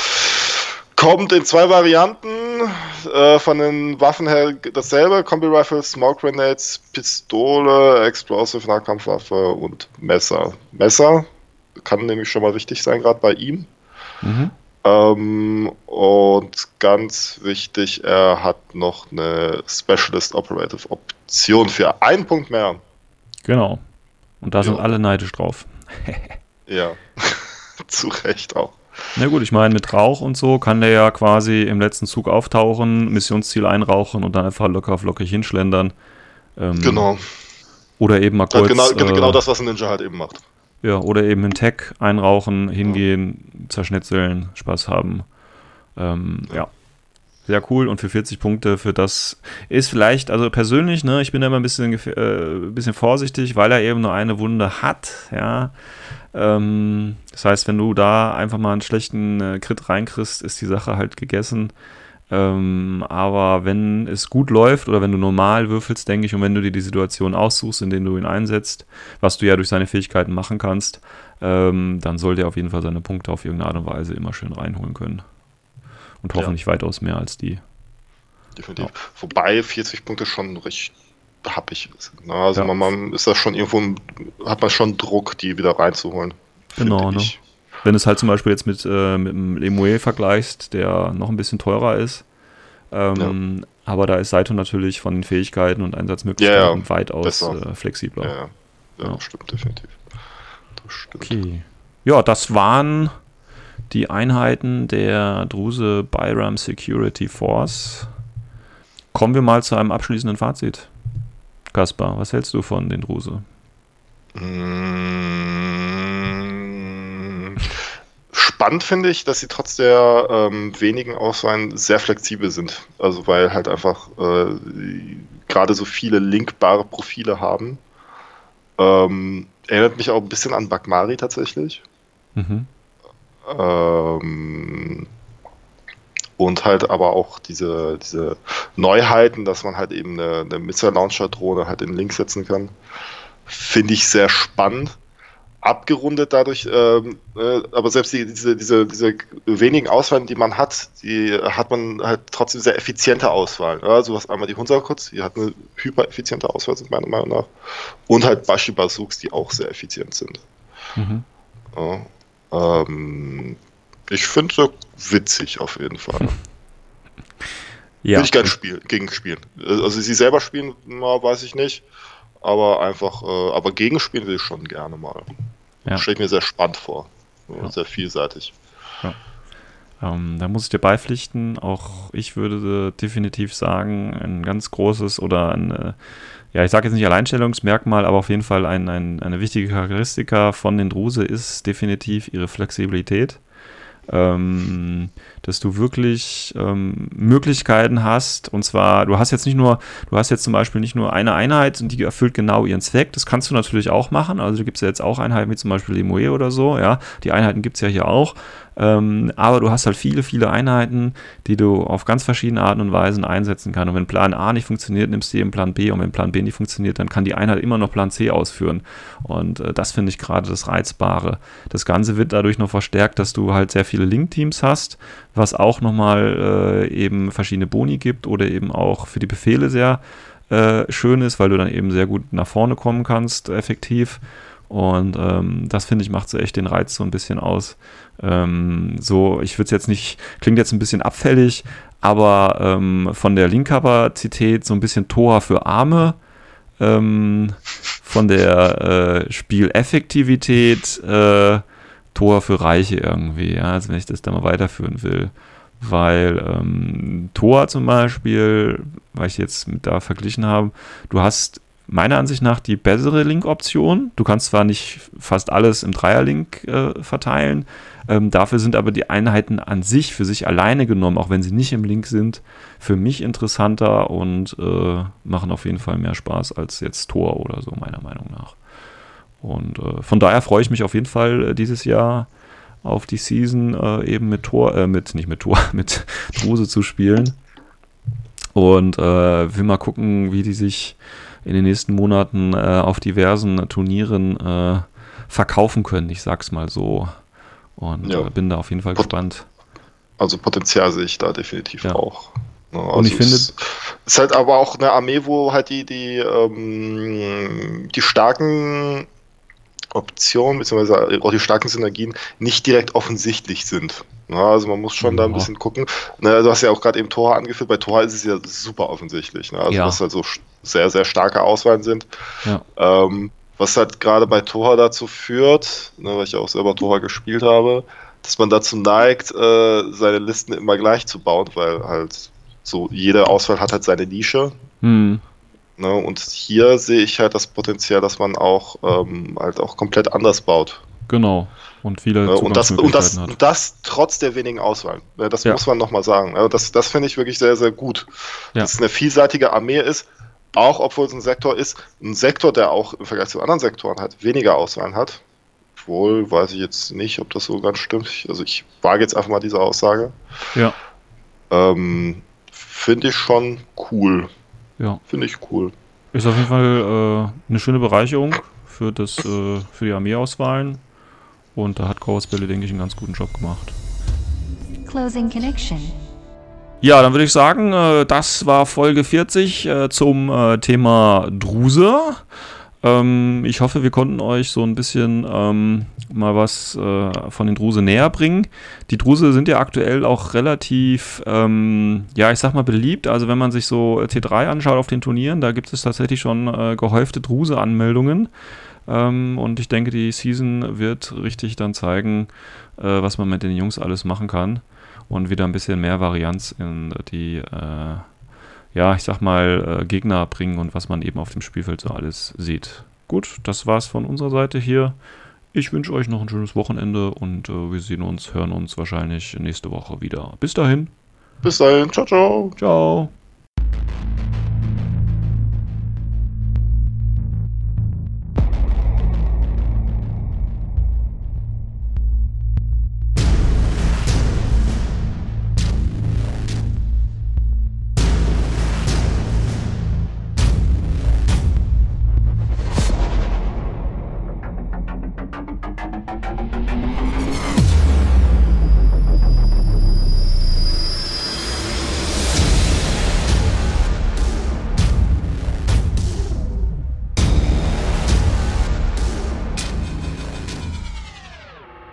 Kommt in zwei Varianten, äh, von den Waffen her dasselbe, Kombi-Rifle, Smoke Grenades, Pistole, Explosive Nahkampfwaffe und Messer. Messer kann nämlich schon mal wichtig sein, gerade bei ihm. Mhm. Ähm, und ganz wichtig, er hat noch eine Specialist Operative Option für einen Punkt mehr. Genau. Und da sind Ja. alle neidisch drauf. Ja, zu Recht auch. Na gut, ich meine, mit Rauch und so kann der ja quasi im letzten Zug auftauchen, Missionsziel einrauchen und dann einfach locker auf lockig hinschlendern. Ähm, Genau. Oder eben mal Ja, kurz. genau, äh, genau das, was ein Ninja halt eben macht. Ja, oder eben in Tech einrauchen, hingehen, zerschnitzeln, Spaß haben. Ähm, ja. Sehr cool und für vierzig Punkte für das ist vielleicht, also persönlich, ne, ich bin da immer ein bisschen, gef- äh, ein bisschen vorsichtig, weil er eben nur eine Wunde hat, ja. Ähm, das heißt, wenn du da einfach mal einen schlechten äh, Crit reinkriegst, ist die Sache halt gegessen. Ähm, aber wenn es gut läuft oder wenn du normal würfelst, denke ich, und wenn du dir die Situation aussuchst, in denen du ihn einsetzt, was du ja durch seine Fähigkeiten machen kannst, ähm, dann sollte er auf jeden Fall seine Punkte auf irgendeine Art und Weise immer schön reinholen können. Und Ja. hoffentlich weitaus mehr als die. Definitiv. Ja. Wobei vierzig Punkte schon recht happig ist. Na, also Ja. man, man ist das schon irgendwo, hat man schon Druck, die wieder reinzuholen. Genau, finde ne? ich. Wenn du es halt zum Beispiel jetzt mit, äh, mit dem Lemuel vergleichst, der noch ein bisschen teurer ist, ähm, aber da ist Saito natürlich von den Fähigkeiten und Einsatzmöglichkeiten Ja, ja, weitaus besser. äh, flexibler. Ja, ja. ja, Ja. stimmt, definitiv. Das stimmt. Okay. Ja, das waren die Einheiten der Druse Byram Security Force. Kommen wir mal zu einem abschließenden Fazit. Kaspar, was hältst du von den Druse? Mmh. Spannend finde ich, dass sie trotz der ähm, wenigen Auswahlen sehr flexibel sind. Also weil halt einfach äh, gerade so viele linkbare Profile haben. Ähm, erinnert mich auch ein bisschen an Bagmari tatsächlich. Mhm. Ähm, und halt aber auch diese, diese Neuheiten, dass man halt eben eine, eine Missile-Launcher-Drohne halt in Link setzen kann. Finde ich sehr spannend. Abgerundet dadurch, ähm, äh, aber selbst die, diese, diese, diese wenigen Auswahlen, die man hat, die hat man halt trotzdem sehr effiziente Auswahlen. Also du hast einmal die Hunsakuts, die hat eine hyper-effiziente Auswahl, sind meiner Meinung nach. Und halt Bashi-Bazooks, die auch sehr effizient sind. Mhm. Ja, ähm, ich finde es witzig auf jeden Fall. Ja. Will ich gerne spielen, gegen spielen. Also sie selber spielen, na, weiß ich nicht. Aber einfach, äh, aber gegenspielen will ich schon gerne mal. Ja. Stelle ich mir sehr spannend vor. Ja. Sehr vielseitig. Ja. Ähm, da muss ich dir beipflichten. Auch ich würde definitiv sagen, ein ganz großes oder ein, äh, ja, ich sage jetzt nicht Alleinstellungsmerkmal, aber auf jeden Fall ein, ein, eine wichtige Charakteristika von den Druse ist definitiv ihre Flexibilität. Ähm, dass du wirklich ähm, Möglichkeiten hast, und zwar, du hast jetzt nicht nur, du hast jetzt zum Beispiel nicht nur eine Einheit und die erfüllt genau ihren Zweck, das kannst du natürlich auch machen, also da gibt es ja jetzt auch Einheiten wie zum Beispiel Limoe oder so, ja, die Einheiten gibt es ja hier auch, ähm, aber du hast halt viele, viele Einheiten, die du auf ganz verschiedene Arten und Weisen einsetzen kannst, und wenn Plan A nicht funktioniert, nimmst du eben Plan B, und wenn Plan B nicht funktioniert, dann kann die Einheit immer noch Plan C ausführen, und äh, das finde ich gerade das Reizbare. Das Ganze wird dadurch noch verstärkt, dass du halt sehr viele Link-Teams hast, was auch nochmal äh, eben verschiedene Boni gibt oder eben auch für die Befehle sehr äh, schön ist, weil du dann eben sehr gut nach vorne kommen kannst, effektiv. Und ähm, das, finde ich, macht so echt den Reiz so ein bisschen aus. Ähm, so, ich würde es jetzt nicht, klingt jetzt ein bisschen abfällig, aber ähm, von der Link-Kapazität so ein bisschen Tor für Arme, ähm, von der äh, Spieleffektivität äh, Tor für Reiche irgendwie, ja, also wenn ich das da mal weiterführen will. Weil ähm, Tor zum Beispiel, weil ich jetzt mit da verglichen habe, du hast meiner Ansicht nach die bessere Link-Option. Du kannst zwar nicht fast alles im Dreier-Link äh, verteilen, ähm, dafür sind aber die Einheiten an sich, für sich alleine genommen, auch wenn sie nicht im Link sind, für mich interessanter und äh, machen auf jeden Fall mehr Spaß als jetzt Tor oder so, meiner Meinung nach. Und äh, von daher freue ich mich auf jeden Fall äh, dieses Jahr auf die Season äh, eben mit Tor, äh, mit, nicht mit Tor, mit Druse zu spielen. Und äh, will mal gucken, wie die sich in den nächsten Monaten äh, auf diversen Turnieren äh, verkaufen können, ich sag's mal so. Und ja. äh, bin da auf jeden Fall Pot- gespannt. Also Potenzial sehe ich da definitiv ja. auch. Ja, also und ich finde, es ist halt aber auch eine Armee, wo halt die, die, ähm, die starken Optionen, beziehungsweise auch die starken Synergien nicht direkt offensichtlich sind. Ja, also man muss schon ja. da ein bisschen gucken. Na, du hast ja auch gerade eben Tor angeführt, bei Tor ist es ja super offensichtlich. Ne? Also ja. dass halt so sehr, sehr starke Auswahlen sind. Ja. Ähm, was halt gerade bei Tor dazu führt, ne, weil ich ja auch selber Tor gespielt habe, dass man dazu neigt, äh, seine Listen immer gleich zu bauen, weil halt so jede Auswahl hat halt seine Nische. Hm. Ne, und hier sehe ich halt das Potenzial, dass man auch ähm, halt auch komplett anders baut. Genau. Und viele ne, und das, und das, hat. und das trotz der wenigen Auswahl. Ne, das ja. muss man nochmal sagen. Also das das finde ich wirklich sehr, sehr gut. Ja. Dass es eine vielseitige Armee ist, auch obwohl es ein Sektor ist, ein Sektor, der auch im Vergleich zu anderen Sektoren halt weniger Auswahlen hat. Obwohl, weiß ich jetzt nicht, ob das so ganz stimmt. Also ich wage jetzt einfach mal diese Aussage. Ja. Ähm, finde ich schon cool. Ja. Finde ich cool. Ist auf jeden Fall äh, eine schöne Bereicherung für, das, äh, für die Armeeauswahlen. Und da hat Corvus Belli, denke ich, einen ganz guten Job gemacht. Closing Connection. Ja, dann würde ich sagen, äh, das war Folge vierzig äh, zum äh, Thema Druse. Ähm, ich hoffe, wir konnten euch so ein bisschen ähm, mal was äh, von den Druse näher bringen. Die Druse sind ja aktuell auch relativ, ähm, ja, ich sag mal beliebt. Also wenn man sich so T drei anschaut auf den Turnieren, da gibt es tatsächlich schon äh, gehäufte Druse-Anmeldungen. Ähm, und ich denke, die Season wird richtig dann zeigen, äh, was man mit den Jungs alles machen kann und wieder ein bisschen mehr Varianz in die, äh, ja, ich sag mal, äh, Gegner bringen und was man eben auf dem Spielfeld so alles sieht. Gut, das war's von unserer Seite hier. Ich wünsche euch noch ein schönes Wochenende und äh, wir sehen uns, hören uns wahrscheinlich nächste Woche wieder. Bis dahin. Bis dahin. Ciao, ciao. Ciao.